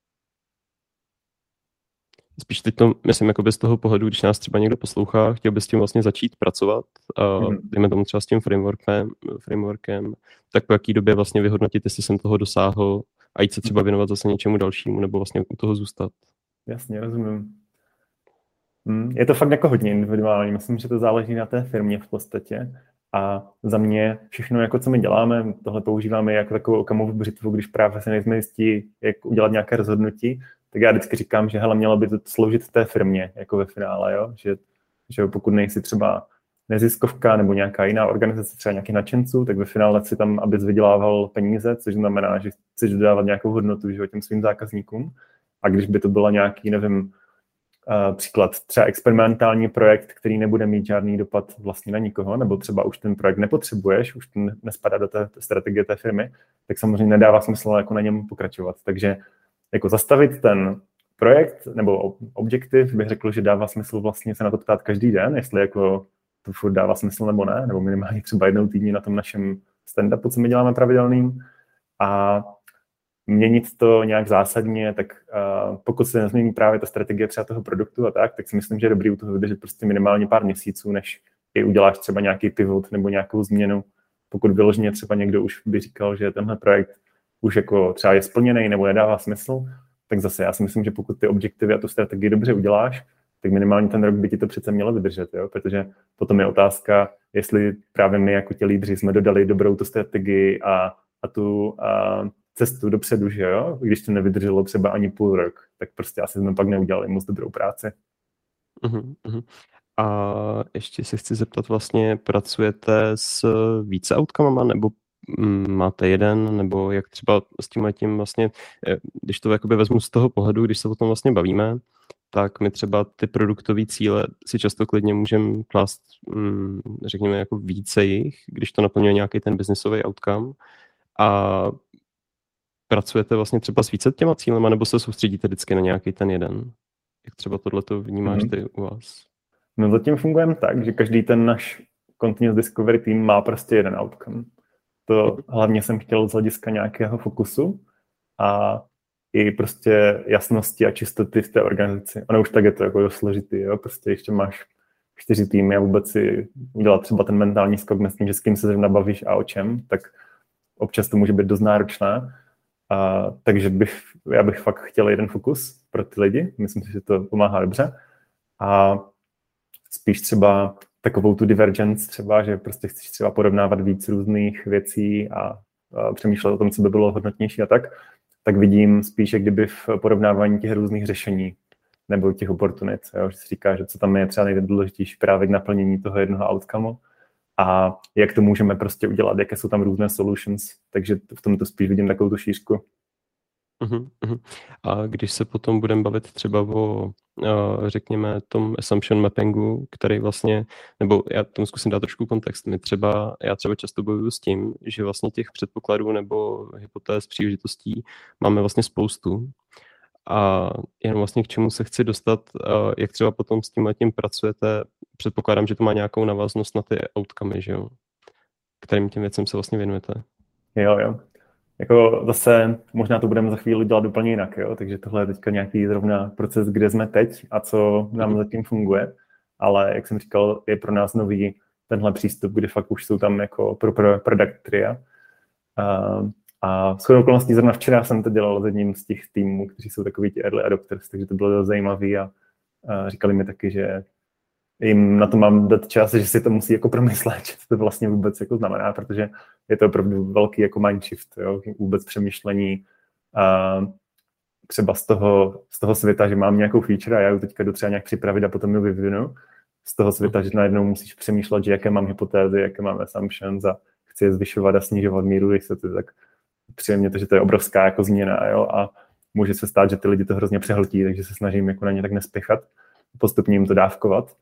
Spíš teď to myslím jakoby z toho pohledu, když nás třeba někdo poslouchá, chtěl by s tím vlastně začít pracovat, uh, dejme tomu třeba s tím frameworkem, frameworkem, tak po jaký době vlastně vyhodnotit, jestli jsem toho dosáhl a jít se třeba věnovat zase něčemu dalšímu, nebo vlastně u toho zůstat. Jasně, rozumím. Hmm. Je to fakt jako hodně individuální, myslím, že to záleží na té firmě v podstatě. A za mě všechno, jako co my děláme, tohle používáme jako takovou okamovou břitvu, když právě se nejsme jistí, jak udělat nějaké rozhodnutí, tak já vždycky říkám, že hele, mělo by to sloužit té firmě, jako ve finále, jo? Že, že pokud nejsi třeba neziskovka nebo nějaká jiná organizace, třeba nějakých nadšenců, tak ve finále si tam, abys vydělával peníze, což znamená, že chceš dodávat nějakou hodnotu že, těm svým zákazníkům. A když by to byla nějaký, nevím, Uh, příklad, třeba experimentální projekt, který nebude mít žádný dopad vlastně na nikoho, nebo třeba už ten projekt nepotřebuješ, už ten nespadá do té strategie té firmy, tak samozřejmě nedává smysl jako na něm pokračovat. Takže jako zastavit ten projekt nebo objektiv, bych řekl, že dává smysl vlastně se na to ptát každý den, jestli jako to furt dává smysl nebo ne, nebo minimálně třeba jednou týdně na tom našem stand-upu, co my děláme pravidelným. A měnit to nějak zásadně, tak uh, pokud se nezmění právě ta strategie třeba toho produktu a tak, tak si myslím, že je dobrý u toho vydržet prostě minimálně pár měsíců, než i uděláš třeba nějaký pivot nebo nějakou změnu. Pokud vyloženě třeba někdo už by říkal, že tenhle projekt už jako třeba je splněný nebo nedává smysl, tak zase já si myslím, že pokud ty objektivy a tu strategii dobře uděláš, tak minimálně ten rok by ti to přece mělo vydržet, jo? Protože potom je otázka, jestli právě my jako ti lídři jsme dodali dobrou tu strategii a, a tu a cestu dopředu, že jo? Když to nevydrželo třeba ani půl rok, tak prostě asi jsme pak neudělali moc dobrou práci. Uh-huh, uh-huh. A ještě se chci zeptat, vlastně pracujete s více outcomama, nebo máte jeden, nebo jak třeba s tím letím vlastně, když to jakoby vezmu z toho pohledu, když se o tom vlastně bavíme, tak my třeba ty produktové cíle si často klidně můžeme klást, řekněme, jako více jich, když to naplňuje nějaký ten businessový outcome. A pracujete vlastně třeba s více těma cílema, nebo se soustředíte vždycky na nějaký ten jeden? Jak třeba tohleto vnímáš ty u vás? No zatím fungujeme tak, že každý ten náš Continuous Discovery tým má prostě jeden outcome. To hlavně jsem chtěl z hlediska nějakého fokusu a i prostě jasnosti a čistoty v té organizaci. Ono už tak je to jako dost složitý, jo? Prostě ještě máš čtyři týmy a vůbec si udělat třeba ten mentální skok mezi tím, že s kým se zrovna bavíš a o čem, tak občas to může být dost náročné. A, takže bych, já bych fakt chtěl jeden fokus pro ty lidi. Myslím si, že to pomáhá dobře. A spíš třeba takovou tu divergence třeba, že prostě chceš třeba porovnávat víc různých věcí a, a přemýšlet o tom, co by bylo hodnotnější a tak, tak vidím spíše kdyby v porovnávání těch různých řešení nebo těch oportunit, jo, že si říká, že co tam je třeba nejdůležitější právě k naplnění toho jednoho outcomeu a jak to můžeme prostě udělat, jaké jsou tam různé solutions, takže v tom to spíš vidím takovou tu šířku. Uh-huh, uh-huh. A když se potom budeme bavit třeba o, uh, řekněme, tom assumption mappingu, který vlastně, nebo já tomu zkusím dát trošku kontext, my třeba, já třeba často bojuju s tím, že vlastně těch předpokladů nebo hypotéz, příležitostí máme vlastně spoustu. A jen vlastně k čemu se chci dostat, uh, jak třeba potom s tímhletím pracujete, předpokládám, že to má nějakou návaznost na ty outcome, že jo? Kterým těm věcem se vlastně věnujete. Jo, jo. Jako zase možná to budeme za chvíli dělat úplně jinak, jo? Takže tohle je teďka nějaký zrovna proces, kde jsme teď a co nám zatím funguje, ale jak jsem říkal, je pro nás nový tenhle přístup, kdy fakt už jsou tam jako pro, pro product tria. Uh, a shodou okolností zrovna včera jsem to dělal s jedním z těch týmů, kteří jsou takový ti early adopters, takže to bylo zajímavé a, a říkali mi taky, že jim na to mám dát čas, že si to musí jako promyslet, co to vlastně vůbec jako znamená, protože je to opravdu velký jako mindshift, jo, vůbec přemýšlení a třeba z toho, z toho světa, že mám nějakou feature a já ji teďka jdu třeba nějak připravit a potom ji vyvinu, z toho světa, že najednou musíš přemýšlet, že jaké mám hypotézy, jaké mám assumptions a chci je zvyšovat a snižovat míru jistoty, tak přijde to, že to je obrovská jako změna, jo, a může se stát, že ty lidi to hrozně přehltí, takže se snažím jako na ně tak nespěchat, postupně jim to dávkovat.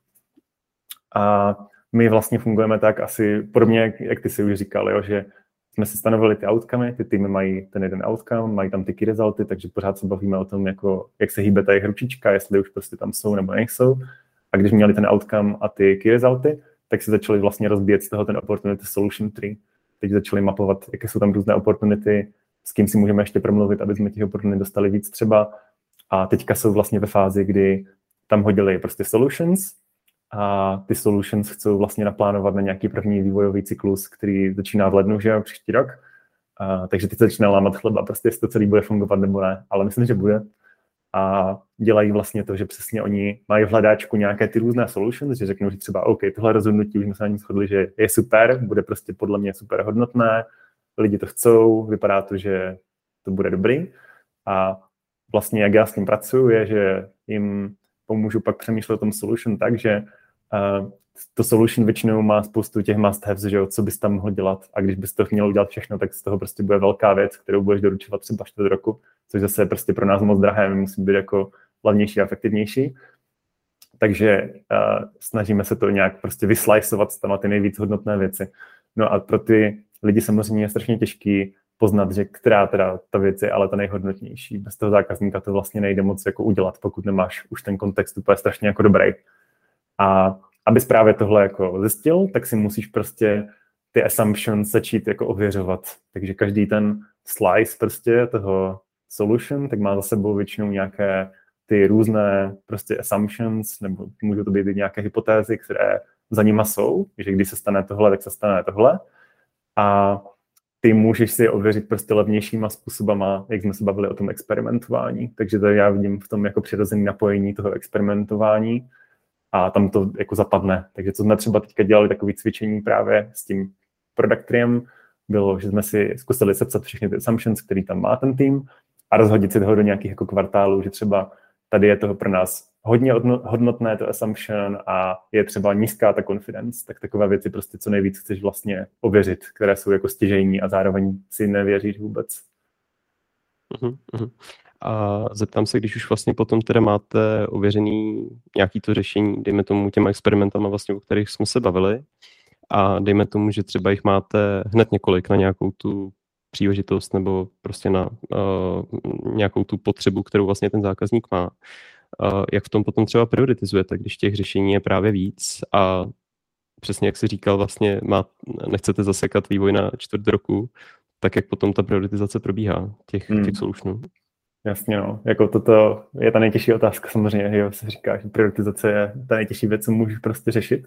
A my vlastně fungujeme tak asi podobně, jak, jak ty si už říkal, jo, že jsme si stanovili ty outcome, ty týmy mají ten jeden outcome, mají tam ty key resulty, takže pořád se bavíme o tom, jako, jak se hýbe ta jejich ručička, jestli už prostě tam jsou nebo nejsou. A když měli ten outcome a ty key resulty, tak si začali vlastně rozbíjet z toho ten opportunity solution tree. Teď začali mapovat, jaké jsou tam různé opportunity, s kým si můžeme ještě promluvit, aby jsme těch opportunity dostali víc třeba. A teďka jsou vlastně ve fázi, kdy tam hodili prostě solutions, a ty solutions chcou vlastně naplánovat na nějaký první vývojový cyklus, který začíná v lednu, že jo, příští rok. A, takže teď se začíná lámat chleba, prostě jestli to celý bude fungovat nebo ne, ale myslím, že bude. A dělají vlastně to, že přesně oni mají v hledáčku nějaké ty různé solutions, že řeknou, že třeba OK, tohle rozhodnutí už jsme se na ní shodli, že je super, bude prostě podle mě super hodnotné, lidi to chcou, vypadá to, že to bude dobrý. A vlastně jak já s tím pracuji, je, že jim pomůžu pak přemýšlet o tom solution tak, že uh, to solution většinou má spoustu těch must-haves, že jo, co bys tam mohl dělat a když bys to měl udělat všechno, tak z toho prostě bude velká věc, kterou budeš doručovat třeba čtvrt roku, což zase je prostě pro nás moc drahé, my musí být jako hlavnější a efektivnější. Takže uh, snažíme se to nějak prostě vysliceovat tam ty nejvíc hodnotné věci. No a pro ty lidi samozřejmě je strašně těžký poznat, že která teda ta věc je ale ta nejhodnotnější. Bez toho zákazníka to vlastně nejde moc jako udělat, pokud nemáš už ten kontext úplně strašně jako dobrý. A abys právě tohle jako zjistil, tak si musíš prostě ty assumptions začít jako ověřovat. Takže každý ten slice prostě toho solution, tak má za sebou většinou nějaké ty různé prostě assumptions, nebo můžou to být i nějaké hypotézy, které za nima jsou, že když se stane tohle, tak se stane tohle. A ty můžeš si je ověřit prostě levnějšíma způsobama, jak jsme se bavili o tom experimentování. Takže to já vidím v tom jako přirozené napojení toho experimentování a tam to jako zapadne. Takže co jsme třeba teďka dělali takové cvičení právě s tím product triem, bylo, že jsme si zkusili sepsat všechny ty assumptions, který tam má ten tým a rozhodit si toho do nějakých jako kvartálů, že třeba tady je toho pro nás hodně hodnotné to assumption a je třeba nízká ta confidence, tak takové věci prostě co nejvíc chceš vlastně ověřit, které jsou jako stěžejní a zároveň si nevěříš vůbec. Uh-huh, uh-huh. A zeptám se, když už vlastně potom teda máte ověřený nějaký to řešení, dejme tomu těma experimentama vlastně, o kterých jsme se bavili, a dejme tomu, že třeba jich máte hned několik na nějakou tu příležitost nebo prostě na uh, nějakou tu potřebu, kterou vlastně ten zákazník má. Uh, jak v tom potom třeba prioritizujete, když těch řešení je právě víc a přesně jak jsi říkal, vlastně má, nechcete zasekat vývoj na čtvrt roku, tak jak potom ta prioritizace probíhá těch, hmm. těch solutionů? Jasně, no. Jako toto je ta nejtěžší otázka samozřejmě, jo, se říká, že prioritizace je ta nejtěžší věc, co můžeš prostě řešit.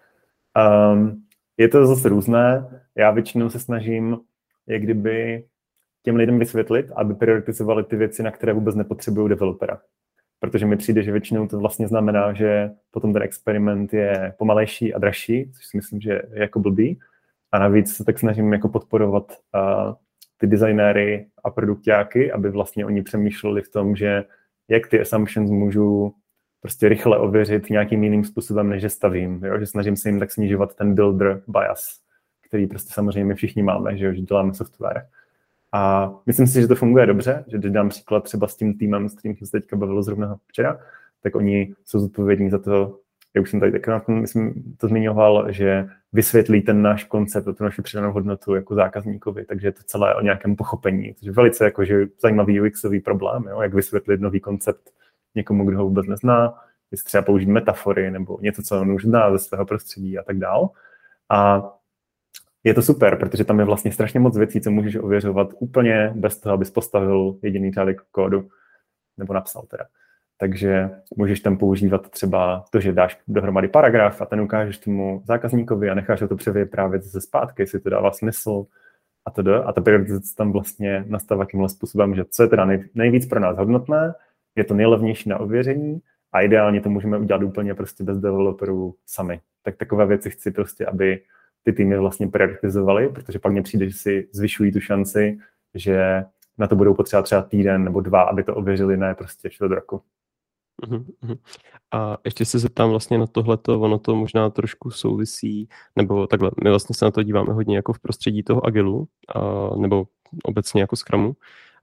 Um, je to zase různé. Já většinou se snažím jak kdyby těm lidem vysvětlit, aby prioritizovali ty věci, na které vůbec nepotřebují developera. Protože mi přijde, že většinou to vlastně znamená, že potom ten experiment je pomalejší a dražší, což si myslím, že je jako blbý. A navíc se tak snažím jako podporovat uh, ty designéry a produkťáky, aby vlastně oni přemýšleli v tom, že jak ty assumptions můžu prostě rychle ověřit nějakým jiným způsobem, než že stavím. Jo? Že snažím se jim tak snižovat ten builder bias, který prostě samozřejmě my všichni máme, že, jo? Že děláme software. A myslím si, že to funguje dobře, že když dám příklad třeba s tím týmem, s kterým jsem se teďka bavil zrovna včera, tak oni jsou zodpovědní za to, jak už jsem tady tak myslím, to zmiňoval, že vysvětlí ten náš koncept, tu naši přidanou hodnotu jako zákazníkovi, takže je to celé o nějakém pochopení. Takže velice jakože zajímavý U Xový problém, jo? Jak vysvětlit nový koncept někomu, kdo ho vůbec nezná, jestli třeba použít metafory nebo něco, co on už zná ze svého prostředí a tak dál. A je to super, protože tam je vlastně strašně moc věcí, co můžeš ověřovat úplně bez toho, abys postavil jediný řádek kódu, nebo napsal teda. Takže můžeš tam používat třeba to, že dáš dohromady paragraf a ten ukážeš tomu zákazníkovi a necháš ho to převyprávět ze zpátky, jestli to dává smysl a to A ta prioritizace tam vlastně nastává tímhle způsobem, že co je teda nej, nejvíc pro nás hodnotné, je to nejlevnější na ověření a ideálně to můžeme udělat úplně prostě bez developerů sami. Tak takové věci chci prostě, aby ty týmy vlastně prioritizovaly, protože pak mně přijde, že si zvyšují tu šanci, že na to budou potřebovat třeba týden nebo dva, aby to ověřili, ne prostě čtvrt roku. Uh-huh. A ještě se zeptám vlastně na tohleto, ono to možná trošku souvisí, nebo takhle, my vlastně se na to díváme hodně jako v prostředí toho agilu, a, nebo obecně jako Scrumu.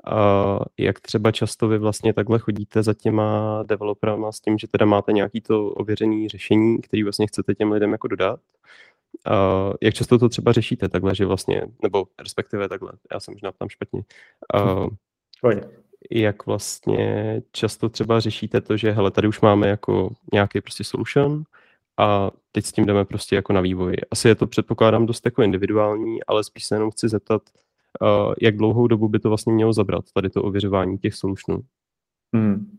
A jak třeba často vy vlastně takhle chodíte za těma developerama s tím, že teda máte nějaký to ověřený řešení, který vlastně chcete těm lidem jako dodat? Uh, jak často to třeba řešíte takhle, že vlastně, nebo respektive takhle, já jsem možná tam špatně. Uh, jak vlastně často třeba řešíte to, že hele, tady už máme jako nějaký prostě solution a teď s tím jdeme prostě jako na vývoj. Asi je to, předpokládám, dost jako individuální, ale spíš se jenom chci zeptat, uh, jak dlouhou dobu by to vlastně mělo zabrat, tady to ověřování těch solutionů. Hmm.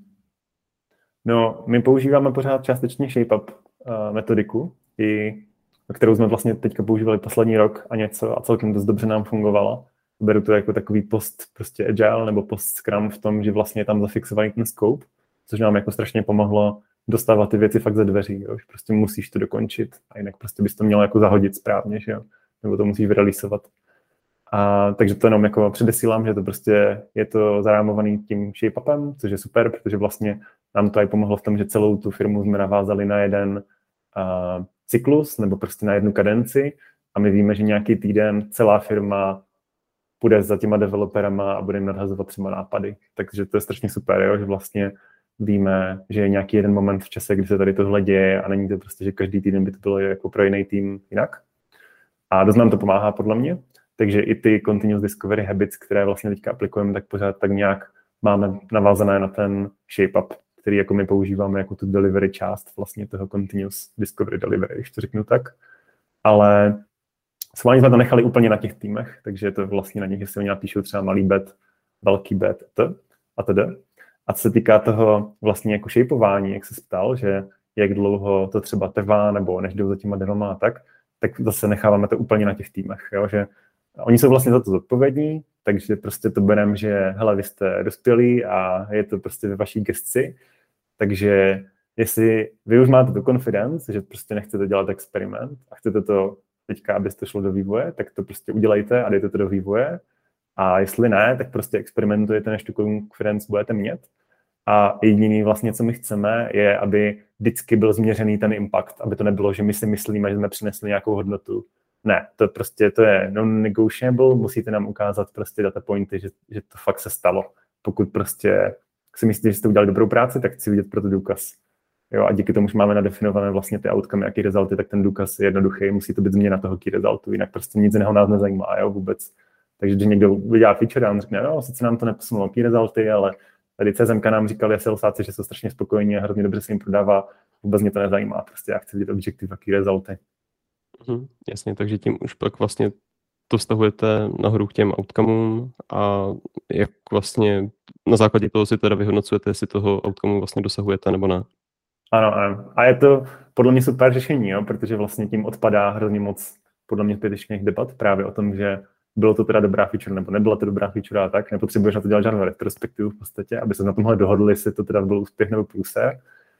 No, my používáme pořád částečně ShapeUp uh, metodiku, i kterou jsme vlastně teďka používali poslední rok a něco a celkem dost dobře nám fungovala. Beru to jako takový post prostě agile nebo post scrum v tom, že vlastně je tam zafixovaný ten scope, což nám jako strašně pomohlo dostávat ty věci fakt ze dveří, jo? Že prostě musíš to dokončit a jinak prostě bys to měl jako zahodit správně, že jo? Nebo to musíš vyreleasovat. A takže to jenom jako předesílám, že to prostě je to zarámovaný tím ShapeUpem, což je super, protože vlastně nám to i pomohlo v tom, že celou tu firmu jsme navázali na jeden uh, cyklus nebo prostě na jednu kadenci a my víme, že nějaký týden celá firma půjde za těma developerama a bude jim nadhazovat třeba nápady. Takže to je strašně super, jo? Že vlastně víme, že je nějaký jeden moment v čase, kdy se tady tohle děje a není to prostě, že každý týden by to bylo jako pro jiný tým jinak. A dost nám to pomáhá podle mě. Takže i ty continuous discovery habits, které vlastně teďka aplikujeme, tak pořád tak nějak máme navázané na ten ShapeUp, který jako my používáme jako tu delivery část vlastně toho continuous discovery delivery, když to řeknu tak. Ale Schválně jsme to nechali úplně na těch týmech, takže je to vlastně na nich, jestli oni napíšou třeba malý bet, velký bet a tedy. A co se týká toho vlastně jako shapeování, jak se ptal, že jak dlouho to třeba trvá, nebo než jdou za těma devama a tak, tak zase necháváme to úplně na těch týmech, jo? Že oni jsou vlastně za to zodpovědní, takže prostě to bereme, že hele, vy jste dospělí a je to prostě ve vaší gesci, takže jestli vy už máte tu confidence, že prostě nechcete dělat experiment a chcete to teďka, abyste to šlo do vývoje, tak to prostě udělejte a dejte to do vývoje. A jestli ne, tak prostě experimentujete, než tu confidence budete mít. A jediný vlastně, co my chceme, je, aby vždycky byl změřený ten impact, aby to nebylo, že my si myslíme, že jsme přinesli nějakou hodnotu. Ne, to prostě to je non-negotiable, musíte nám ukázat prostě data pointy, že, že to fakt se stalo. Pokud prostě si myslíte, že jste udělali dobrou práci, tak chci vidět pro to důkaz. Jo, a díky tomu, že máme nadefinované vlastně ty outcome, jaký rezulty, tak ten důkaz je jednoduchý, musí to být změna toho key resultu, jinak prostě nic jiného nás nezajímá, jo, vůbec. Takže když někdo udělá feature a on řekne, no, sice nám to neposunulo key resulty, ale tady C S M K nám říkali salesáci, že jsou strašně spokojení a hrozně dobře se jim prodává, vůbec mě to nezajímá, prostě já chci vidět objektiv a key resulty. Mhm, jasně, takže tím už pak vlastně to vztahujete nahoru k těm outcomeům a jak vlastně na základě toho si teda vyhodnocujete, jestli toho outcomeu vlastně dosahujete nebo ne. Ano, ano. A je to podle mě super řešení, jo? Protože vlastně tím odpadá hrozně moc podle mě zbytečných debat právě o tom, že bylo to teda dobrá feature nebo nebyla to dobrá feature a tak, nepotřebuješ na to dělat žádnou retrospektivu v podstatě, aby se na tomhle dohodli, jestli to teda byl úspěch nebo průser.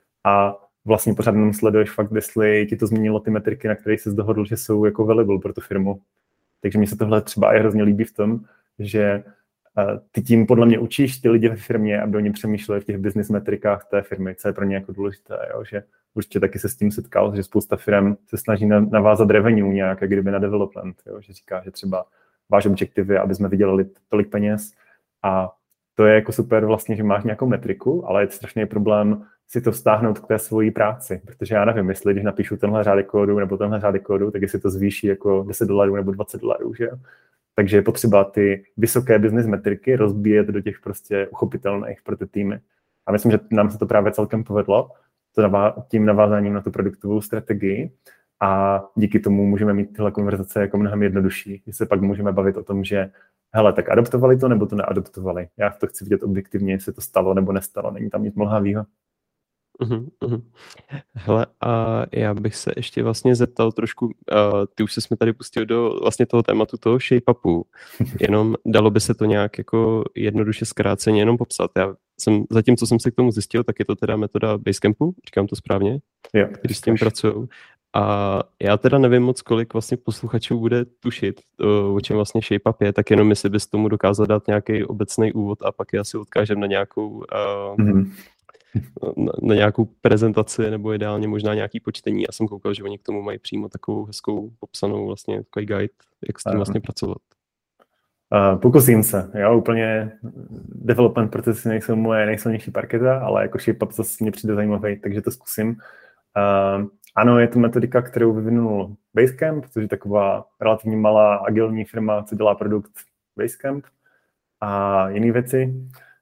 A vlastně pořád jenom sleduješ fakt, jestli ti to změnilo ty metriky, na kterých jsi dohodl, že jsou jako valuable pro tu firmu. Takže mi se tohle třeba i hrozně líbí v tom, že ty tím podle mě učíš ty lidi ve firmě, aby oni přemýšleli v těch business metrikách té firmy, co je pro ně jako důležité, jo? Že určitě taky se s tím setkal, že spousta firm se snaží navázat revenue nějak, jak kdyby na development, jo? Že říká, že třeba váš objektiv je, aby jsme vydělali tolik peněz a to je jako super vlastně, že máš nějakou metriku, ale je to strašný problém si to vztáhnout k té svojí práci, protože já nevím, jestli když napíšu tenhle řádek kódu nebo tenhle řádek kódu, tak jestli to zvýší jako deset dolarů nebo dvacet dolarů, že jo? Takže je potřeba ty vysoké business metriky rozbíjet do těch prostě uchopitelných pro ty týmy. A myslím, že nám se to právě celkem povedlo, to navá- tím navázáním na tu produktovou strategii a díky tomu můžeme mít tyhle konverzace jako mnohem jednodušší. Že se pak můžeme bavit o tom, že hele, tak adoptovali to nebo to neadoptovali. Já to chci vidět objektivně, jestli to stalo nebo nestalo. Není tam nic mlhavýho. Uhum, uhum. Hele, a já bych se ještě vlastně zeptal trošku, uh, ty už se jsme tady pustil do vlastně toho tématu toho shape-upu, jenom dalo by se to nějak jako jednoduše zkráceně jenom popsat. Já jsem, zatím, co jsem se k tomu zjistil, tak je to teda metoda Basecampu, říkám to správně, Jo, když s tím pracují. A já teda nevím moc, kolik vlastně posluchačů bude tušit, o čem vlastně shape-up je, tak jenom jestli bys tomu dokázal dát nějaký obecný úvod a pak je asi odkážem na nějakou... Uh, mm-hmm. Na, na nějakou prezentaci nebo ideálně možná nějaký počtení. Já jsem koukal, že oni k tomu mají přímo takovou hezkou popsanou vlastně takový guide, jak s tím vlastně pracovat. Uh, pokusím se. Jo, úplně development procesy nejsou moje nejsilnější parketa, ale jako shape-up zase mě přijde zajímavý, takže to zkusím. Uh, ano, je to metodika, kterou vyvinul Basecamp, což je taková relativně malá agilní firma, co dělá produkt Basecamp a jiné věci.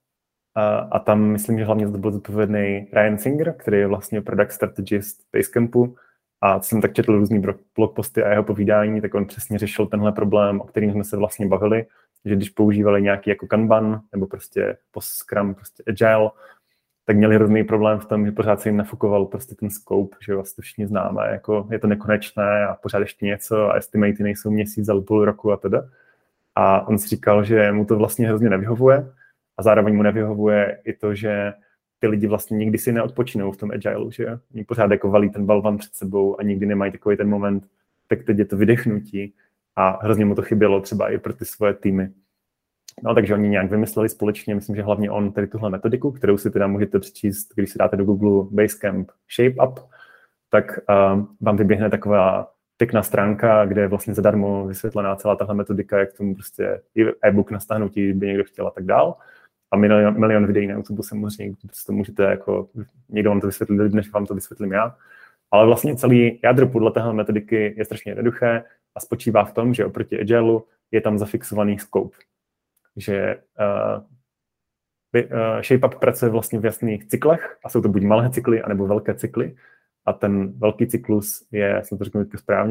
A, a tam myslím, že hlavně to byl zodpovědný Ryan Singer, který je vlastně product strategist Basecampu. A co jsem tak četl různý blogposty a jeho povídání, tak on přesně řešil tenhle problém, o kterým jsme se vlastně bavili, že když používali nějaký jako Kanban nebo prostě post-Scrum, prostě Agile, tak měli hrozný problém v tom, že pořád se jim nafukoval prostě ten scope, že vlastně všichni známe, jako je to nekonečné a pořád ještě něco a estimaty nejsou měsíc, ale půl roku a teda. A on si říkal, že mu to vlastně hrozně nevyhovuje a zároveň mu nevyhovuje i to, že ty lidi vlastně nikdy si neodpočinou v tom agile, že oni pořád jako valí ten balvan před sebou a nikdy nemají takový ten moment, tak teď je to vydechnutí a hrozně mu to chybělo třeba i pro ty svoje týmy. No, takže oni nějak vymysleli společně, myslím, že hlavně on tady tuhle metodiku, kterou si teda můžete přečíst, když si dáte do Google Basecamp ShapeUp, tak uh, vám vyběhne taková pěkná stránka, kde je vlastně zadarmo vysvětlená celá tahle metodika, jak tomu prostě i e-book na stáhnutí by někdo chtěl a tak dál. A milion, milion videí na YouTube samozřejmě, to můžete jako, někdo vám to vysvětlit, než vám to vysvětlím já. Ale vlastně celý jádro podle téhle metodiky je strašně jednoduché a spočívá v tom, že oproti Agileu je tam zafixovaný scope. Že uh, uh, ShapeUp pracuje vlastně v jasných cyklech a jsou to buď malé cykly, anebo velké cykly. A ten velký cyklus je, jsem to řekl správně,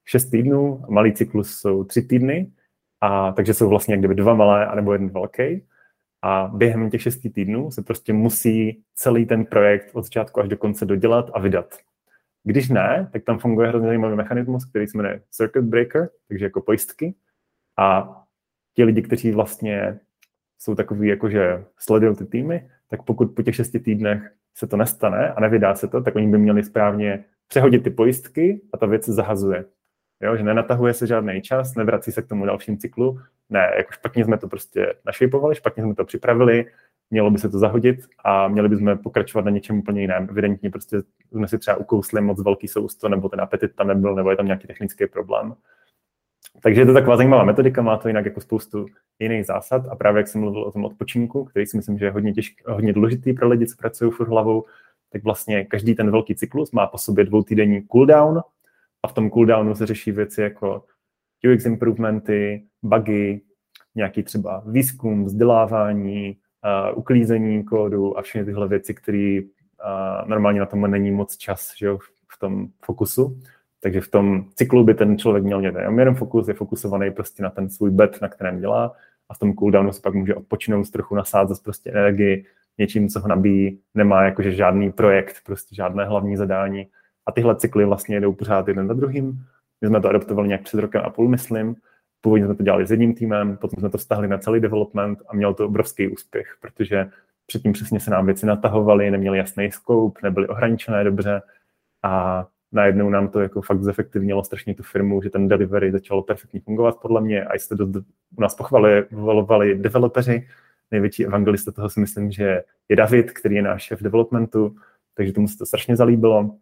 šest týdnů, malý cyklus jsou tři týdny, a takže jsou vlastně jak kdyby dva malé anebo jeden velký. A během těch šesti týdnů se prostě musí celý ten projekt od začátku až do konce dodělat a vydat. Když ne, tak tam funguje hrozně zajímavý mechanismus, který se jmenuje circuit breaker, takže jako pojistky. A ti lidi, kteří vlastně jsou takový, jakože sledují ty týmy, tak pokud po těch šesti týdnech se to nestane a nevydá se to, tak oni by měli správně přehodit ty pojistky a ta věc se zahazuje. Jo, že nenatahuje se žádný čas, nevrací se k tomu dalším cyklu. Ne, jako špatně jsme to prostě našejpovali, špatně jsme to připravili, mělo by se to zahodit a měli bychom pokračovat na něčem úplně jiném. Evidentně prostě jsme si třeba ukousli moc velký sousto, nebo ten apetit tam nebyl, nebo je tam nějaký technický problém. Takže je to taková zajímavá metodika, má to jinak jako spoustu jiných zásad a právě jak jsem mluvil o tom odpočinku, který si myslím, že je hodně těžký, hodně důležitý pro lidi, co pracují furt hlavou, tak vlastně každý ten velký cyklus má po sobě dvoutýdenní cooldown a v tom cooldownu se řeší věci jako U X improvementy, bugy, nějaký třeba výzkum, vzdělávání, uh, uklízení kódu a všechny tyhle věci, které uh, normálně na tom není moc čas, že jo, v tom fokusu. Takže v tom cyklu by ten člověk měl mít jeden fokus, je fokusovaný prostě na ten svůj bet, na kterém dělá a v tom cooldownu se pak může odpočinout, trochu nasázet prostě energii něčím, co ho nabíjí, nemá jakože žádný projekt, prostě žádné hlavní zadání. A tyhle cykly vlastně jdou pořád jeden za druhým. My jsme to adaptovali nějak před rokem a půl, myslím. Původně jsme to dělali s jedním týmem, potom jsme to vztahli na celý development a měl to obrovský úspěch, protože předtím přesně se nám věci natahovaly, neměli jasný scope, nebyly ohraničené dobře a najednou nám to jako fakt zefektivnilo strašně tu firmu, že ten delivery začalo perfektně fungovat podle mě a jste dost, u nás pochvalovali developeři. Největší evangelista toho si myslím, že je David, který je náš šéf developmentu, takže tomu se to strašně zalíbilo.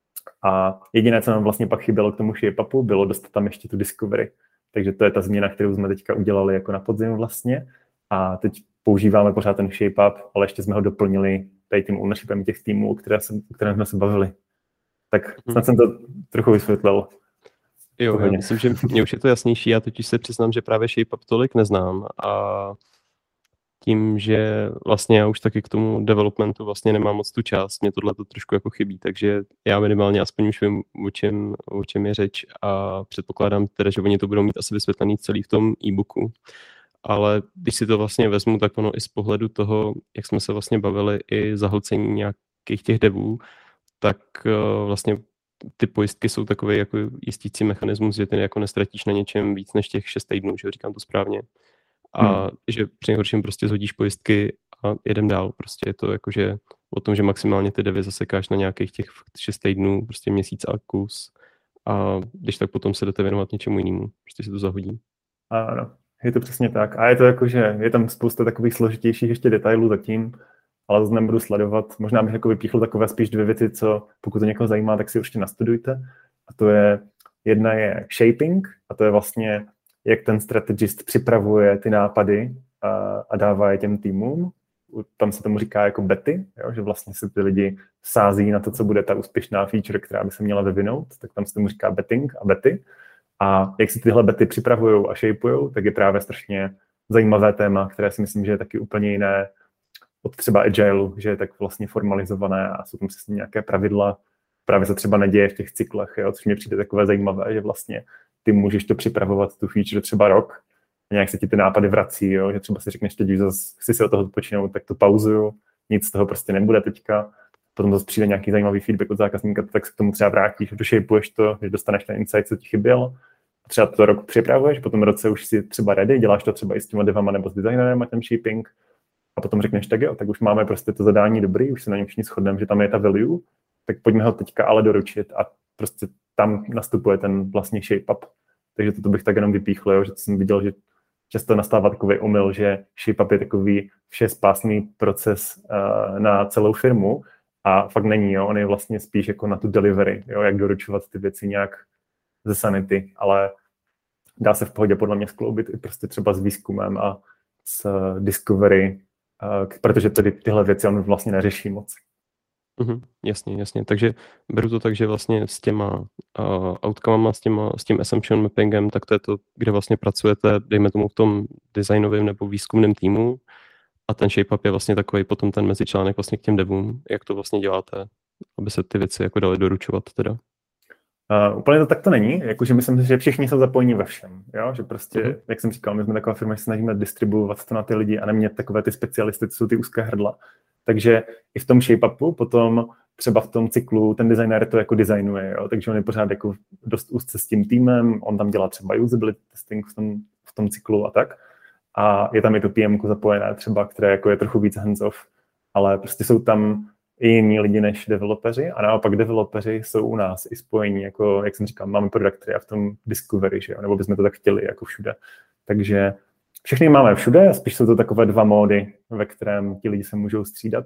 A jediné, co nám vlastně pak chybělo k tomu shape-upu, bylo dostat tam ještě tu discovery. Takže to je ta změna, kterou jsme teďka udělali jako na podzim vlastně. A teď používáme pořád ten shape-up, ale ještě jsme ho doplnili tady tím ownershipem těch týmů, které se, o kterém jsme se bavili. Tak snad jsem to trochu vysvětlil. Jo, já myslím, že mě už je to jasnější. Já totiž se přiznám, že právě shape-up tolik neznám a tím, že vlastně já už taky k tomu developmentu vlastně nemám moc tu část, mě tohle to trošku jako chybí, takže já minimálně aspoň už vím, o čem, o čem je řeč a předpokládám teda, že oni to budou mít asi vysvětlený celý v tom e-booku. Ale když si to vlastně vezmu, tak ono i z pohledu toho, jak jsme se vlastně bavili i zahlcení nějakých těch devů, tak uh, vlastně ty pojistky jsou takový jako jistící mechanismus, že ty jako nestratíš na něčem víc než těch šest týdnů, že říkám to správně. A hmm. že při nejhorším prostě zhodíš pojistky a jedem dál. Prostě je to jakože o tom, že maximálně ty devy zasekáš na nějakých těch šest týdnů, prostě měsíc a kus. A když tak potom se jdete věnovat něčemu jinému. Prostě se to zahodí. Ano, je to přesně tak. A je to jako, že je tam spousta takových složitějších ještě detailů zatím, ale to nebudu sledovat. Možná bych jako vypíchl takové spíš dvě věci, co pokud to někoho zajímá, tak si určitě nastudujte. A to je, jedna je shaping, a to je vlastně, jak ten strategist připravuje ty nápady a, a dává je těm týmům. Tam se tomu říká jako bety, jo? Že vlastně se ty lidi sází na to, co bude ta úspěšná feature, která by se měla vyvinout, tak tam se tomu říká betting a bety. A jak si tyhle bety připravují a shapujou, tak je právě strašně zajímavé téma, které si myslím, že je taky úplně jiné od třeba Agileu, že je tak vlastně formalizované a jsou tam přesně nějaké pravidla. Právě se třeba neděje v těch cyklech, jo? Což mě přijde takové zajímavé, že vlastně ty můžeš to připravovat, tu feature třeba rok, a nějak se ti ty nápady vrací, jo? Že třeba si řekneš, teď zase chci si od toho odpočinout, tak to pauzuju, nic z toho prostě nebude teďka, potom zase přijde nějaký zajímavý feedback od zákazníka, tak se k tomu třeba vrátíš, doshapuješ to, že dostaneš ten insight, co ti chyběl, třeba to rok připravuješ, potom roce už si třeba ready, děláš to třeba i s těma devama nebo s designerem a ten shaping, a potom řekneš, tak jo, tak už máme prostě to zadání dobrý, už se na něm všichni shodneme, že tam je ta value, tak pojďme ho teďka ale doručit a prostě tam nastupuje ten vlastně shape-up. Takže toto bych tak jenom vypíchl, jo, že to jsem viděl, že často nastává takový omyl, že shape-up je takový všespásný proces uh, na celou firmu a fakt není, jo, on je vlastně spíš jako na tu delivery, jo, jak doručovat ty věci nějak ze sanity, ale dá se v pohodě podle mě skloubit i prostě třeba s výzkumem a s discovery, uh, protože tady tyhle věci on vlastně neřeší moc. Mm-hmm, jasně, jasně. Takže beru to tak, že vlastně s těma uh, outcomama, s, těma, s tím assumption mappingem, tak to je to, kde vlastně pracujete, dejme tomu v tom designovém nebo výzkumném týmu a ten shape-up je vlastně takový potom ten mezičlánek vlastně k těm devům. Jak to vlastně děláte, aby se ty věci jako daly doručovat teda? Uh, úplně to tak to není, jakože myslím si, že všichni jsou zapojení ve všem, jo? Že prostě, mm-hmm. jak jsem říkal, my jsme taková firma, že se snažíme distribuovat to na ty lidi a nemět takové ty specialisty, co jsou ty úzké hrdla. Takže i v tom shape-upu potom třeba v tom cyklu ten designér to jako designuje, jo? Takže on je pořád jako dost úzce s tím týmem, on tam dělá třeba usability testing v tom, v tom cyklu a tak. A je tam i to P M ko zapojené třeba, které jako je trochu víc hands-off, ale prostě jsou tam i jiní lidi než developeři a naopak developeři jsou u nás i spojení, jako, jak jsem říkal, máme produkty a v tom Discovery, že jo? Nebo bychom to tak chtěli jako všude. Takže všechny máme všude a spíš jsou to takové dva módy, ve kterém ti lidi se můžou střídat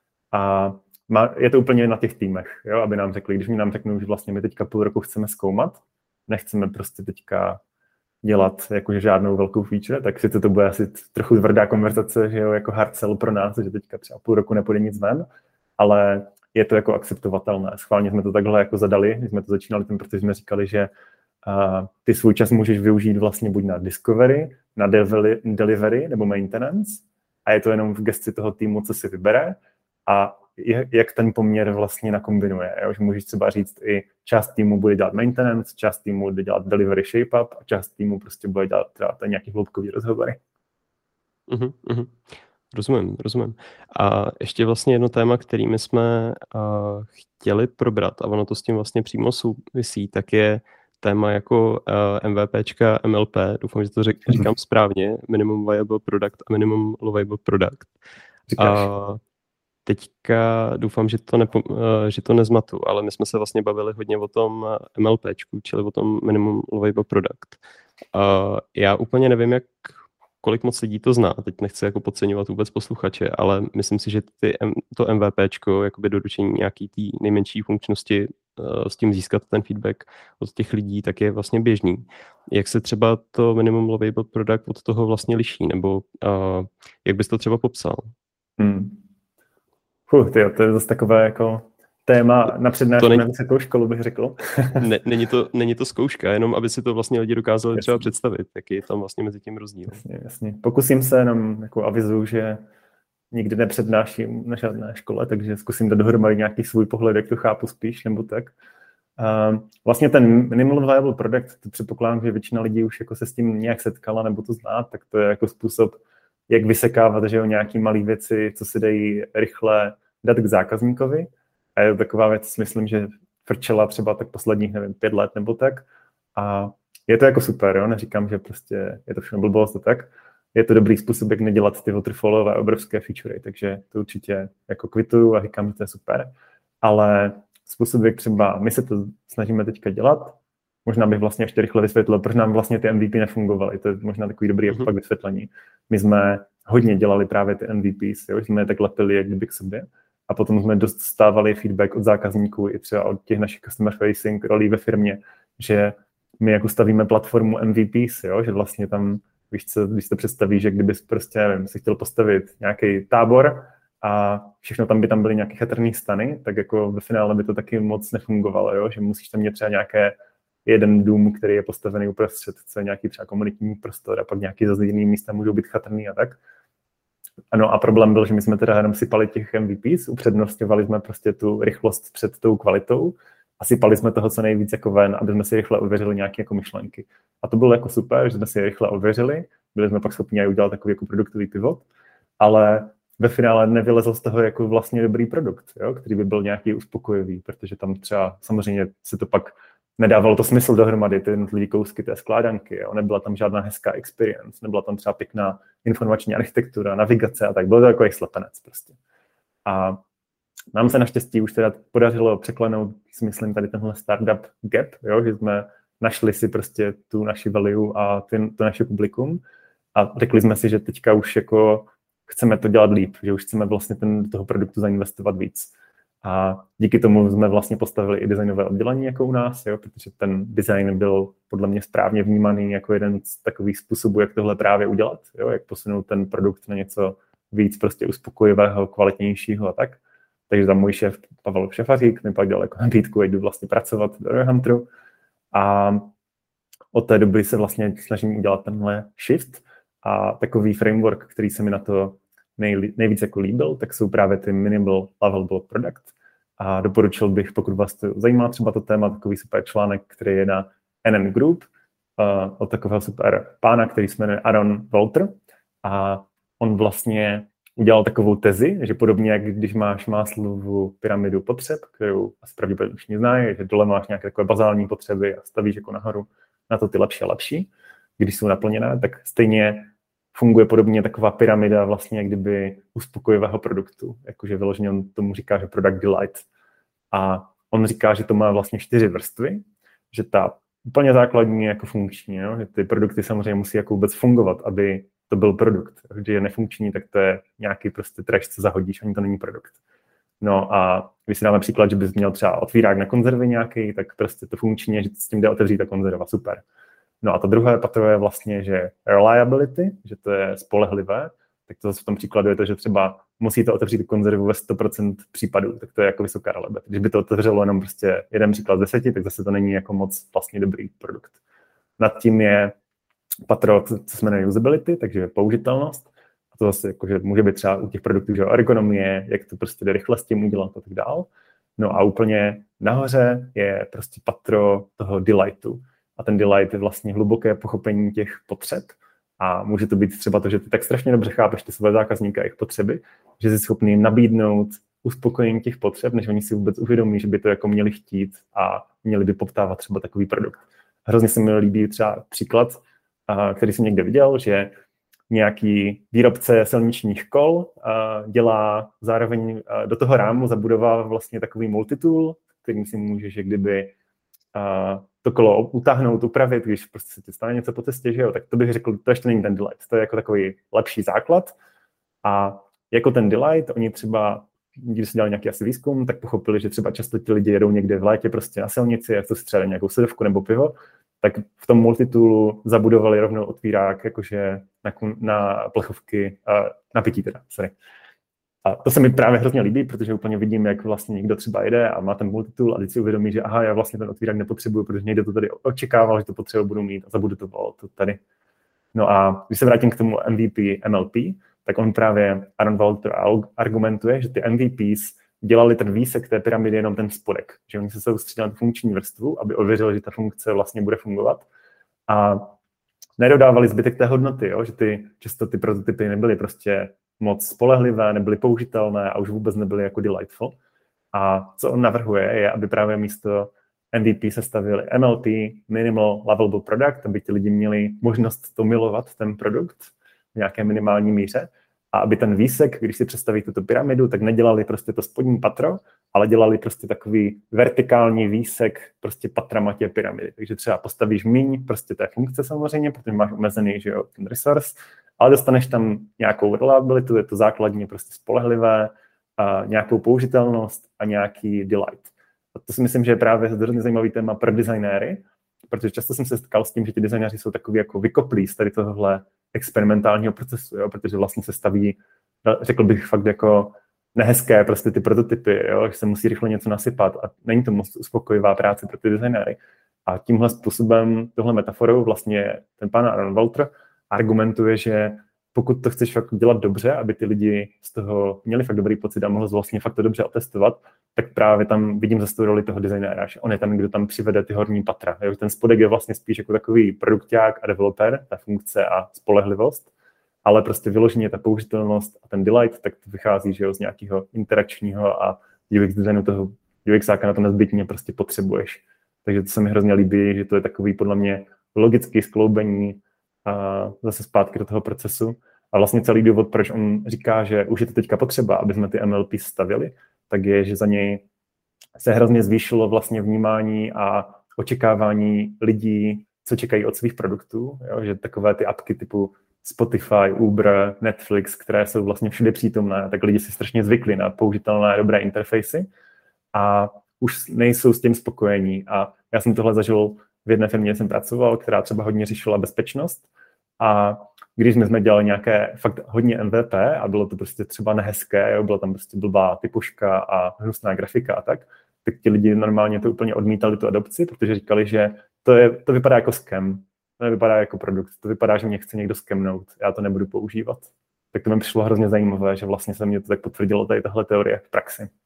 a má, je to úplně na těch týmech, jo? Aby nám řekli, když mi nám řeknou, že vlastně my teďka půl roku chceme zkoumat, nechceme prostě teďka dělat jakože žádnou velkou feature, tak si to, to bude asi trochu tvrdá konverzace, že jo, jako hard sell pro nás, že teďka třeba půl roku nepůjde nic ven, ale je to jako akceptovatelné. Schválně jsme to takhle jako zadali, když jsme to začínali, tím, protože jsme říkali, že uh, ty svůj čas můžeš využít vlastně buď na discovery, na deli- delivery nebo maintenance a je to jenom v gesci toho týmu, co si vybere a je, jak ten poměr vlastně nakombinuje. Jo? Že můžeš třeba říct i část týmu bude dělat maintenance, část týmu bude dělat delivery shape-up a část týmu prostě bude dělat třeba nějaký hloubkový rozhovory. Uh-huh, uh-huh. Rozumím, rozumím. A ještě vlastně jedno téma, kterými jsme uh, chtěli probrat, a ono to s tím vlastně přímo souvisí, tak je téma jako uh, MVPčka, M L P, doufám, že to řek, říkám správně, Minimum Viable Product a Minimum Lovable Product. Říkáš. A teďka doufám, že to, nepo, uh, že to nezmatu, ale my jsme se vlastně bavili hodně o tom MLPčku, čili o tom Minimum Lovable Product. Uh, já úplně nevím, jak kolik moc lidí to zná. Teď nechci jako podceňovat vůbec posluchače, ale myslím si, že ty, to MVPčko, jakoby doručení nějaký té nejmenší funkčnosti, uh, s tím získat ten feedback od těch lidí, tak je vlastně běžný. Jak se třeba to Minimum Lovable Product od toho vlastně liší? Nebo uh, jak bys to třeba popsal? Hmm. Fuh, tyjo, to je zase takové jako téma na přednášku na vysokou školu, bych řekl. ne, není, to, není to zkouška, jenom aby si to vlastně lidi dokázali třeba představit, jaký je tam vlastně mezi tím rozdíl. Jasně, jasně. Pokusím se, jenom jako avizuju, že nikdy nepřednáším na žádné škole, takže zkusím dát dohromady nějaký svůj pohled, jak to chápu spíš, nebo tak. Uh, vlastně ten Minimal Viable Product, to předpokládám, že většina lidí už jako se s tím nějak setkala, nebo to zná, tak to je jako způsob, jak vysekávat, že jo, nějaký malý věci, co se dají rychle dát k zákazníkovi. A je to taková věc, myslím, že frčela třeba tak posledních, nevím, pět let nebo tak. A je to jako super, jo, neříkám, že prostě je to všechno blbost a tak. Je to dobrý způsob, jak nedělat ty waterfallové obrovské featurey, takže to určitě jako kvituju a říkám, že to je super. Ale způsob, jak třeba my se to snažíme teďka dělat, možná bych vlastně ještě rychle vysvětlil, proč nám vlastně ty M V P nefungovaly. To je možná takový dobrý mm-hmm. pak vysvětlení. My jsme hodně dělali právě ty M V Ps, jo, jsme je tak lepili jak kdyby k sobě. A potom jsme dostávali feedback od zákazníků i třeba od těch našich customer facing rolí ve firmě, že my jako stavíme platformu M V Ps, jo, že vlastně tam, víš co, když se představíš, že kdybys prostě, nevím, si chtěl postavit nějaký tábor a všechno tam by tam byly nějaké chatrné stany, tak jako ve finále by to taky moc nefungovalo, jo, že musíš tam mít třeba nějaké jeden dům, který je postavený uprostřed, co je nějaký třeba komunitní prostor a pak nějaký zase jiný místa můžou být chatrný a tak. Ano, a problém byl, že my jsme teda jenom sypali těch M V Ps, upřednostňovali jsme prostě tu rychlost před tou kvalitou a sypali jsme toho co nejvíc jako ven, aby jsme si rychle ověřili nějaké jako myšlenky. A to bylo jako super, že jsme si je rychle ověřili, byli jsme pak schopni udělat takový jako produktový pivot, ale ve finále nevylezl z toho jako vlastně dobrý produkt, jo, který by byl nějaký uspokojivý, protože tam třeba samozřejmě se to pak nedávalo to smysl dohromady, ty jednotlivé kousky té skládanky, jo. Nebyla tam žádná hezká experience, nebyla tam třeba pěkná informační architektura, navigace a tak, bylo to jako slepenec prostě. A nám se naštěstí už teda podařilo překlenout, myslím, tady tenhle startup gap, jo, že jsme našli si prostě tu naši value a ten, to naše publikum a řekli jsme si, že teďka už jako chceme to dělat líp, že už chceme vlastně ten, do toho produktu zainvestovat víc. A díky tomu jsme vlastně postavili i designové oddělení jako u nás, jo, protože ten design byl podle mě správně vnímaný jako jeden z takových způsobů, jak tohle právě udělat, jo, jak posunout ten produkt na něco víc prostě uspokojivého, kvalitnějšího a tak. Takže tam můj šéf Pavel Šafařík mi pak dal jako nabídku, jdu vlastně pracovat do Hunteru. A od té doby se vlastně snažím udělat tenhle shift a takový framework, který se mi na to nej, nejvíc jako líbil, tak jsou právě ty minimal lovable product, A doporučil bych, pokud vás to zajímá třeba to téma, takový super článek, který je na N N Group, uh, od takového super pána, který se jmenuje Aaron Walter. A on vlastně udělal takovou tezi, že podobně, jak když máš Maslowovu pyramidu potřeb, kterou asi pravděpodobně všichni znají, že dole máš nějaké takové bazální potřeby a stavíš jako nahoru na to ty lepší a lepší, když jsou naplněné, tak stejně funguje podobně taková pyramida vlastně kdyby uspokojivého produktu. Jakože vyloženě on tomu říká, že product delight. A on říká, že to má vlastně čtyři vrstvy, že ta úplně základní je jako funkční, jo? Že ty produkty samozřejmě musí jako vůbec fungovat, aby to byl produkt. Když je nefunkční, tak to je nějaký prostě trash, co zahodíš, ani to není produkt. No a když si dáme příklad, že bys měl třeba otvírák na konzervy nějaký, tak prostě to funkční je, že s tím jde otevřít ta konzerva, super. No a to druhé patro je vlastně, že reliability, že to je spolehlivé, tak to zase v tom příkladu je to, že třeba musíte otevřít konzervu ve sto procent případů, tak to je jako vysoká reliability. Když by to otevřelo jenom prostě jeden příklad z deseti, tak zase to není jako moc vlastně dobrý produkt. Nad tím je patro, co se jmenuje usability, takže použitelnost. A to zase jako, že může být třeba u těch produktů, že ergonomie, jak to prostě jde rychle s tím udělat a tak dál. No a úplně nahoře je prostě patro toho delightu. A ten delight je vlastně hluboké pochopení těch potřeb. A může to být třeba to, že ty tak strašně dobře chápeš ty své zákazníky a jejich potřeby, že jsi schopný jim nabídnout uspokojení těch potřeb, než oni si vůbec uvědomí, že by to jako měli chtít a měli by poptávat třeba takový produkt. Hrozně se mi líbí třeba příklad, který jsem někde viděl, že nějaký výrobce silničních kol dělá zároveň do toho rámu zabudová vlastně takový multitool, kterým si může, že kdyby to kolo utáhnout, upravit, když prostě se ti stane něco po cestě, že jo, tak to bych řekl, to ještě není ten delight, to je jako takový lepší základ. A jako ten delight, oni třeba, když si dělali nějaký asi výzkum, tak pochopili, že třeba často ti lidi jedou někde v létě prostě na silnici, jak to si třeba nějakou sedovku nebo pivo, tak v tom multitoolu zabudovali rovnou otvírák, jakože na, na plechovky, na pití teda, sorry. A to se mi právě hrozně líbí, protože úplně vidím, jak vlastně někdo třeba jede a má ten multitool a teď si uvědomí, že aha, já vlastně ten otvírák nepotřebuju, protože někdo to tady očekával, že to potřebu budu mít a zabudoval to tady. No a když se vrátím k tomu M V P, M L P, tak on právě, Aaron Walter argumentuje, že ty M V Ps dělali ten výsek té pyramidy jenom ten spodek, že oni se soustředili na tu funkční vrstvu, aby ověřili, že ta funkce vlastně bude fungovat a nedodávali zbytek té hodnoty, jo? Že ty, často ty prototypy nebyly prostě moc spolehlivé, nebyly použitelné a už vůbec nebyly jako delightful. A co on navrhuje, je, aby právě místo M V P sestavili M L P, Minimal Lovable Product, aby ti lidi měli možnost to milovat, ten produkt v nějaké minimální míře. A aby ten výsek, když si představí tuto pyramidu, tak nedělali prostě to spodní patro, ale dělali prostě takový vertikální výsek prostě patrama té pyramidy. Takže třeba postavíš míň prostě té funkce samozřejmě, protože máš omezený, že jo, ten resource, ale dostaneš tam nějakou reliability, je to základně prostě spolehlivé, a nějakou použitelnost a nějaký delight. A to si myslím, že je právě hrozně zajímavý téma pro designéry, protože často jsem se setkal s tím, že ti designéři jsou takový jako vykoplí z tady tohohle experimentálního procesu, jo, protože vlastně se staví, řekl bych fakt jako nehezké prostě ty prototypy, jo, že se musí rychle něco nasypat a není to moc uspokojivá práce pro ty designéry. A tímhle způsobem, tohle metaforou vlastně ten pán Aaron Walter argumentuje, že pokud to chceš fakt dělat dobře, aby ty lidi z toho měli fakt dobrý pocit a mohli vlastně fakt to dobře otestovat, tak právě tam vidím zase tu roli toho designéra, že on je ten, kdo tam přivede ty horní patra. Jo? Ten spodek je vlastně spíš jako takový produkták a developer, ta funkce a spolehlivost, ale prostě vyloženě ta použitelnost a ten delight, tak to vychází, že jo, z nějakého interakčního a U X designu toho UXáka na to nezbytně prostě potřebuješ. Takže to se mi hrozně líbí, že to je takový podle mě logický skloubení a zase zpátky do toho procesu. A vlastně celý důvod, proč on říká, že už je to teďka potřeba, aby jsme ty M L P stavili, tak je, že za něj se hrozně zvýšilo vlastně vnímání a očekávání lidí, co čekají od svých produktů. Jo? Že takové ty apky typu Spotify, Uber, Netflix, které jsou vlastně všude přítomné, tak lidi si strašně zvykli na použitelné dobré interfejsy a už nejsou s tím spokojení. A já jsem tohle zažil v jedné firmě, jsem pracoval, která třeba hodně řešila bezpečnost a když jsme dělali nějaké fakt hodně M V P a bylo to prostě třeba nehezké, jo, byla tam prostě blbá typuška a hnusná grafika a tak, tak ti lidi normálně to úplně odmítali tu adopci, protože říkali, že to, je, to vypadá jako scam, to nevypadá jako produkt, to vypadá, že mě chce někdo scamnout, já to nebudu používat. Tak to mi přišlo hrozně zajímavé, že vlastně se mě to tak potvrdilo tady tahle teorie v praxi.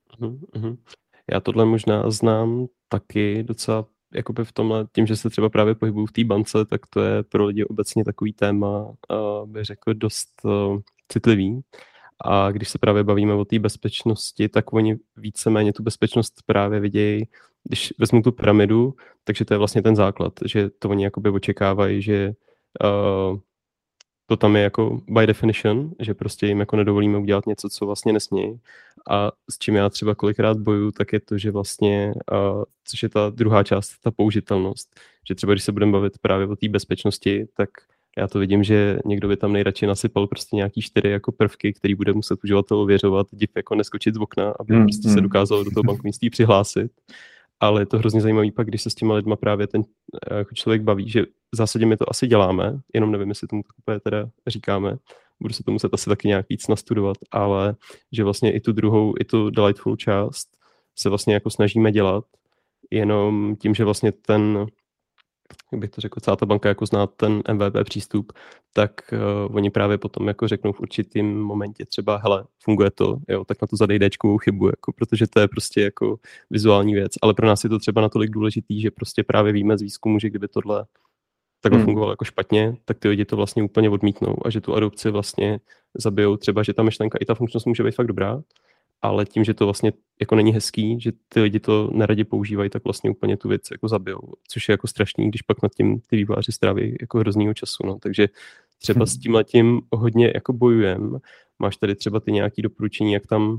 Uh, uh. Já tohle možná znám taky docela jakoby v tomhle, tím, že se třeba právě pohybuju v té bance, tak to je pro lidi obecně takový téma, uh, bych řekl, dost uh, citlivý. A když se právě bavíme o té bezpečnosti, tak oni víceméně tu bezpečnost právě vidějí, když vezmu tu pyramidu, takže to je vlastně ten základ, že to oni jakoby očekávají, že uh, to tam je jako by definition, že prostě jim jako nedovolíme udělat něco, co vlastně nesmějí. A s čím já třeba kolikrát bojuju, tak je to, že vlastně, uh, což je ta druhá část, ta použitelnost. Že třeba když se budeme bavit právě o té bezpečnosti, tak já to vidím, že někdo by tam nejradši nasypal prostě nějaký čtyři jako prvky, který bude muset uživatel ověřovat, div jako neskočit z okna, aby Hmm, prostě hmm. se dokázalo do toho bankovnictví přihlásit. Ale je to hrozně zajímavý pak, když se s těma lidma právě ten jako člověk baví, že v zásadě my to asi děláme, jenom nevím, jestli tomu úplně teda říkáme, budu se to muset asi taky nějak víc nastudovat, ale že vlastně i tu druhou, i tu delightful část se vlastně jako snažíme dělat, jenom tím, že vlastně ten, jak bych to řekl, celá ta banka jako zná ten M V P přístup, tak uh, oni právě potom jako řeknou v určitým momentě třeba, hele, funguje to, jo, tak na to zadej déčkovou chybu, jako, protože to je prostě jako vizuální věc, ale pro nás je to třeba natolik důležitý, že prostě právě víme z výzkumu, že kdyby tohle takhle Hmm. fungovalo jako špatně, tak ty lidi to vlastně úplně odmítnou a že tu adopci vlastně zabijou třeba, že ta myšlenka i ta funkčnost může být fakt dobrá, ale tím, že to vlastně jako není hezký, že ty lidi to neradi používají, tak vlastně úplně tu věc jako zabijou, což je jako strašný, když pak nad tím ty vývojáři stráví jako hroznýho času, no. Takže třeba Hmm. s tímhletím hodně jako bojujem. Máš tady třeba ty nějaké doporučení, jak tam,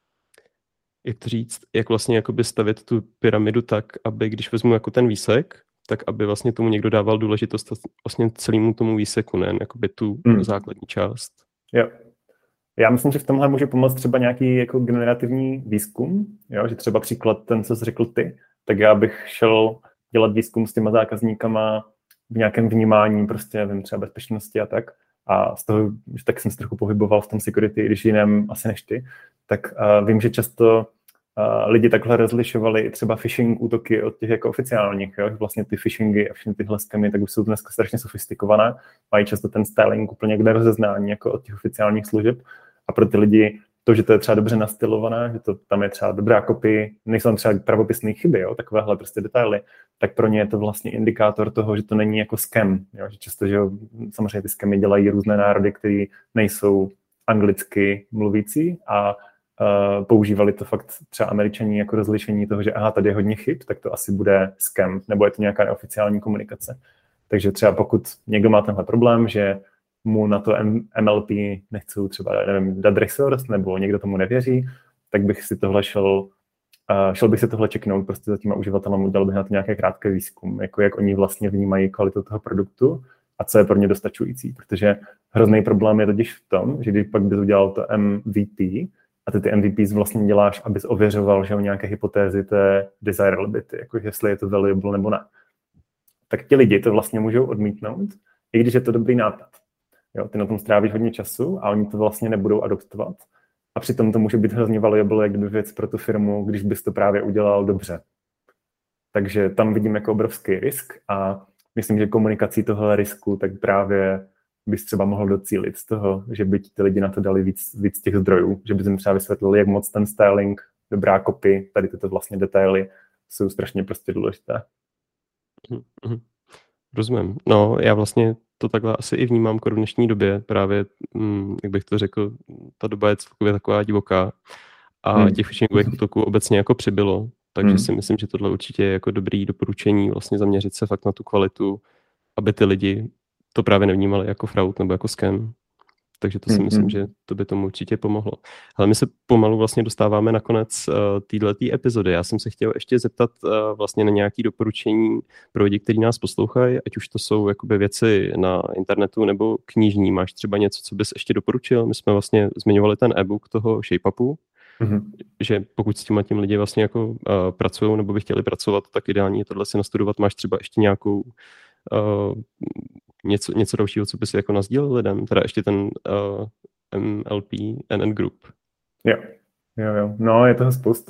jak to říct, jak vlastně jakoby stavět tu pyramidu tak, aby když vezmu jako ten výsek, tak aby vlastně tomu někdo dával důležitost vlastně celému tomu výseku, ne jakoby tu Hmm. základní část. Jo. Já myslím, že v tomhle může pomoct třeba nějaký jako generativní výzkum, jo? Že třeba příklad ten, co jsi řekl ty, tak já bych šel dělat výzkum s těma zákazníkama v nějakém vnímání, prostě nevím, třeba bezpečnosti a tak. A z toho, že tak jsem se trochu pohyboval v tom security, když jiném asi než ty, tak uh, vím, že často uh, lidi takhle rozlišovali i třeba phishing útoky od těch jako oficiálních, jo? Že vlastně ty phishingy a všechny tyhle skamy, tak už jsou dneska strašně sofistikované, mají často ten styling úplně k nerozeznání jako od těch oficiálních služeb. A pro ty lidi to, že to je třeba dobře nastylované, že to tam je třeba dobrá kopie, nejsou tam třeba pravopisné chyby, jo, takovéhle prostě detaily, tak pro ně je to vlastně indikátor toho, že to není jako scam, jo, že často, že jo, samozřejmě ty scamy dělají různé národy, které nejsou anglicky mluvící a uh, používali to fakt třeba Američani jako rozlišení toho, že aha, tady je hodně chyb, tak to asi bude scam, nebo je to nějaká neoficiální komunikace. Takže třeba pokud někdo má tenhle problém, že mu na to M L P nechcou třeba, nevím, dát resource, nebo někdo tomu nevěří, tak bych si tohle šel, uh, šel bych si tohle čeknout prostě za těma uživatelem, udělal bych na to nějaké krátké výzkum, jako jak oni vlastně vnímají kvalitu toho produktu a co je pro ně dostačující, protože hrozný problém je totiž v tom, že když pak bys udělal to M V P a ty ty M V Ps vlastně děláš, abys ověřoval, že o nějaké hypotézy té desirability, jako jestli je to valuable nebo ne, tak ti lidi to vlastně můžou odmítnout, i když je to dobrý nápad. Jo, ty na tom strávíš hodně času a oni to vlastně nebudou adoptovat. A přitom to může být hrozně valuable, jak kdyby věc pro tu firmu, když bys to právě udělal dobře. Takže tam vidím jako obrovský risk a myslím, že komunikací tohle risku tak právě bys třeba mohl docílit z toho, že by ty lidi na to dali víc, víc těch zdrojů, že bys jim třeba vysvětlil, jak moc ten styling, dobrá copy, tady tyto vlastně detaily jsou strašně prostě důležité. Mm-hmm. Rozumím. No, já vlastně to takhle asi i vnímám v dnešní době. Právě, hm, jak bych to řekl, ta doba je celkově taková divoká a hmm. těch phishingových útoků obecně jako přibylo. Takže hmm. si myslím, že tohle určitě je jako dobrý doporučení vlastně zaměřit se fakt na tu kvalitu, aby ty lidi to právě nevnímali jako fraud nebo jako scam. Takže to si mm-hmm. myslím, že to by tomu určitě pomohlo. Ale my se pomalu vlastně dostáváme na konec uh, této epizody. Já jsem se chtěl ještě zeptat uh, vlastně na nějaké doporučení pro lidi, kteří nás poslouchají, ať už to jsou jakoby věci na internetu nebo knižní. Máš třeba něco, co bys ještě doporučil? My jsme vlastně zmiňovali ten e-book toho ShapeUpu, mm-hmm. že pokud s tím tím lidi vlastně jako uh, pracují nebo by chtěli pracovat, tak ideální je tohle si nastudovat. Máš třeba ještě nějakou uh, Něco, něco dalšího, co by si jako nazdílel lidem, teda ještě ten uh, M L P N N Group. Jo, jo, jo. No, je toho spoustu.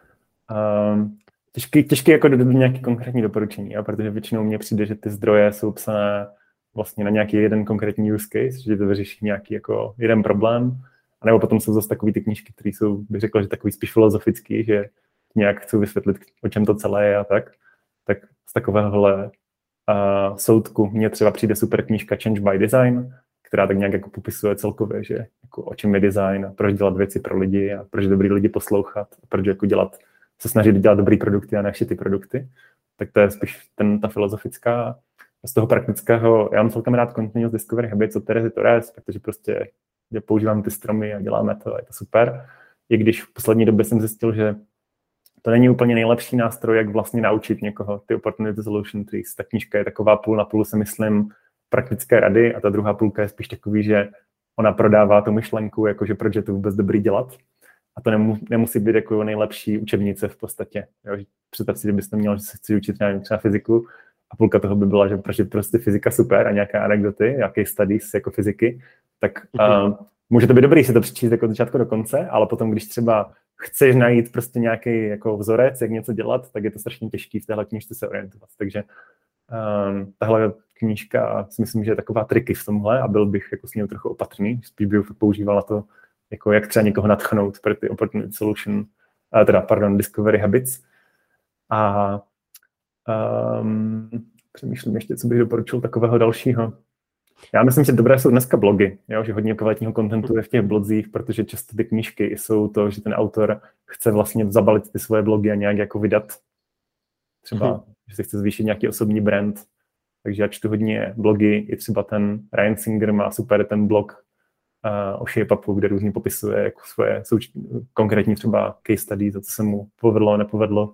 Um, těžký, těžký jako do, do nějaký konkrétní doporučení, jo? Protože většinou mně přijde, že ty zdroje jsou psané vlastně na nějaký jeden konkrétní use case, že to vyřeší nějaký jako jeden problém A nebo potom jsou zase takový ty knížky, které jsou, bych řekl, že takový spíš filozofický, že nějak chci vysvětlit, o čem to celé je a tak. Tak z takovéhohle uh, soudku mně třeba přijde super knížka Change by Design, která tak nějak jako popisuje celkově, že jako o čem je design a proč dělat věci pro lidi a proč dobrý lidi poslouchat a proč jako dělat, se snažit dělat dobrý produkty a ne ty produkty. Tak to je spíš ten, ta filozofická. Z toho praktického, já mám celkem rád Continuous Discovery Habits od Terezy Torres, protože prostě používám ty stromy a děláme to a je to super. I když v poslední době jsem zjistil, že to není úplně nejlepší nástroj, jak vlastně naučit někoho ty Opportunity Solution Trees. Ta knížka je taková půl na půl, si myslím, praktické rady a ta druhá půlka je spíš takový, že ona prodává tu myšlenku, jakože proč je to vůbec dobrý dělat. A to nemus, nemusí být jako nejlepší učebnice v podstatě. Jo? Představ si, kdybyste měl, že se chci učit nevím, třeba fyziku a půlka toho by byla, že proč je prostě fyzika super a nějaké anekdoty, nějaké studies jako fyziky, tak mm-hmm. uh, může to být dobrý si to přečíst jako od začátku do konce, ale potom, když třeba chceš najít prostě nějaký jako vzorec, jak něco dělat, tak je to strašně těžký v téhle knížce se orientovat. Takže um, tahle knížka si myslím, že je taková triky v tomhle a byl bych jako s ní trochu opatrný, spíš bych používal na to, jako jak třeba někoho nadchnout pro ty Opportunity Solution, uh, teda, pardon, Discovery Habits. A um, přemýšlím ještě, co bych doporučil takového dalšího. Já myslím, že dobré jsou dneska blogy, jo? Že hodně kvalitního kontentu je v těch blozích, protože často ty knížky jsou to, že ten autor chce vlastně zabalit ty svoje blogy a nějak jako vydat. Třeba, hmm. že se chce zvýšit nějaký osobní brand. Takže já čtu hodně blogy, i třeba ten Ryan Singer má super ten blog uh, o shape-upu, kde různě popisuje jako svoje souč- konkrétní třeba case study, za co se mu povedlo a nepovedlo.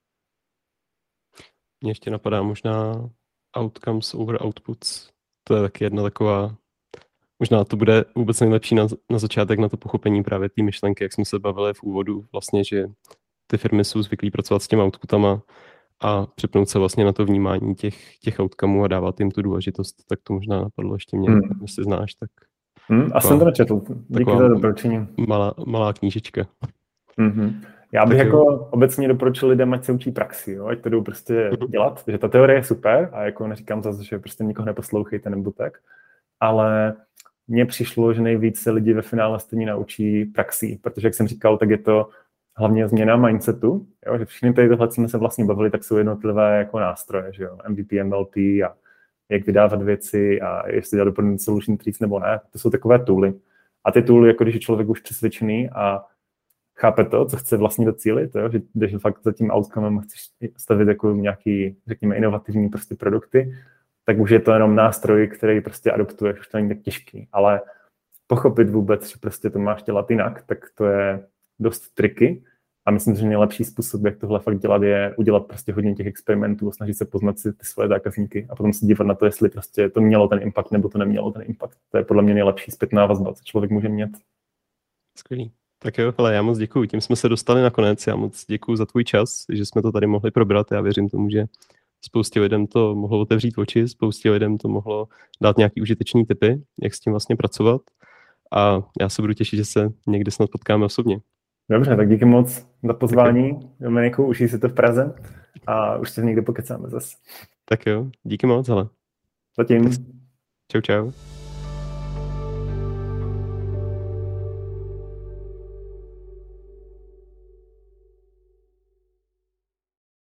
Mně ještě napadá možná outcomes over outputs. To je taky jedna taková, možná to bude vůbec nejlepší na, na začátek na to pochopení právě té myšlenky, jak jsme se bavili v úvodu, vlastně, že ty firmy jsou zvyklí pracovat s těma outputama a přepnout se vlastně na to vnímání těch, těch outcomeů a dávat jim tu důležitost, tak to možná napadlo ještě mě, hmm. jestli znáš, tak... Hmm, a jsem to nečetl, díky za doporučení. Malá, malá knížička. Mm-hmm. Já bych tak jako jo. obecně doporučil lidem, ať se učí praxi, jo? Ať to jdou prostě uh-huh. dělat, že ta teorie je super a jako neříkám zase, že prostě nikoho neposlouchejte nebo tak, ale mně přišlo, že nejvíc se lidi ve finále stejně naučí praxi, protože jak jsem říkal, tak je to hlavně změna mindsetu, jo? Že všechny tady tohle, co jsme se vlastně bavili, tak jsou jednotlivé jako nástroje, že jo, M V P, M L P a jak vydávat věci a jestli dělat doplnění solution trees nebo ne, to jsou takové tooly. A ty tooly, jako když je člověk už přesvědčený a chápe to, co chce vlastně docílit, jo? Že když fakt za tím outcomem chceš stavit jako nějaký, řekněme, inovativní prostě produkty, tak už je to jenom nástroj, který prostě adoptuješ, už to není tak těžký. Ale pochopit vůbec, že prostě to máš dělat jinak, tak to je dost triky. A myslím, že nejlepší způsob, jak tohle fakt dělat, je udělat prostě hodně těch experimentů a snažit se poznat si ty svoje zákazníky a potom se dívat na to, jestli prostě to mělo ten impact nebo to nemělo ten impact. To je podle mě nejlepší zpětná vazba, co člověk může mít. Skvělý. Tak jo, ale já moc děkuju. Tím jsme se dostali na konec. Já moc děkuju za tvůj čas, že jsme to tady mohli probrat. Já věřím tomu, že spoustě lidem to mohlo otevřít oči, spoustě lidem to mohlo dát nějaký užitečný tipy, jak s tím vlastně pracovat. A já se budu těšit, že se někdy snad potkáme osobně. Dobře, tak díky moc za pozvání. Dominiku, užij si to v Praze a už se někde pokecáme zase. Tak jo, díky moc, hele. Zatím. Čau, čau.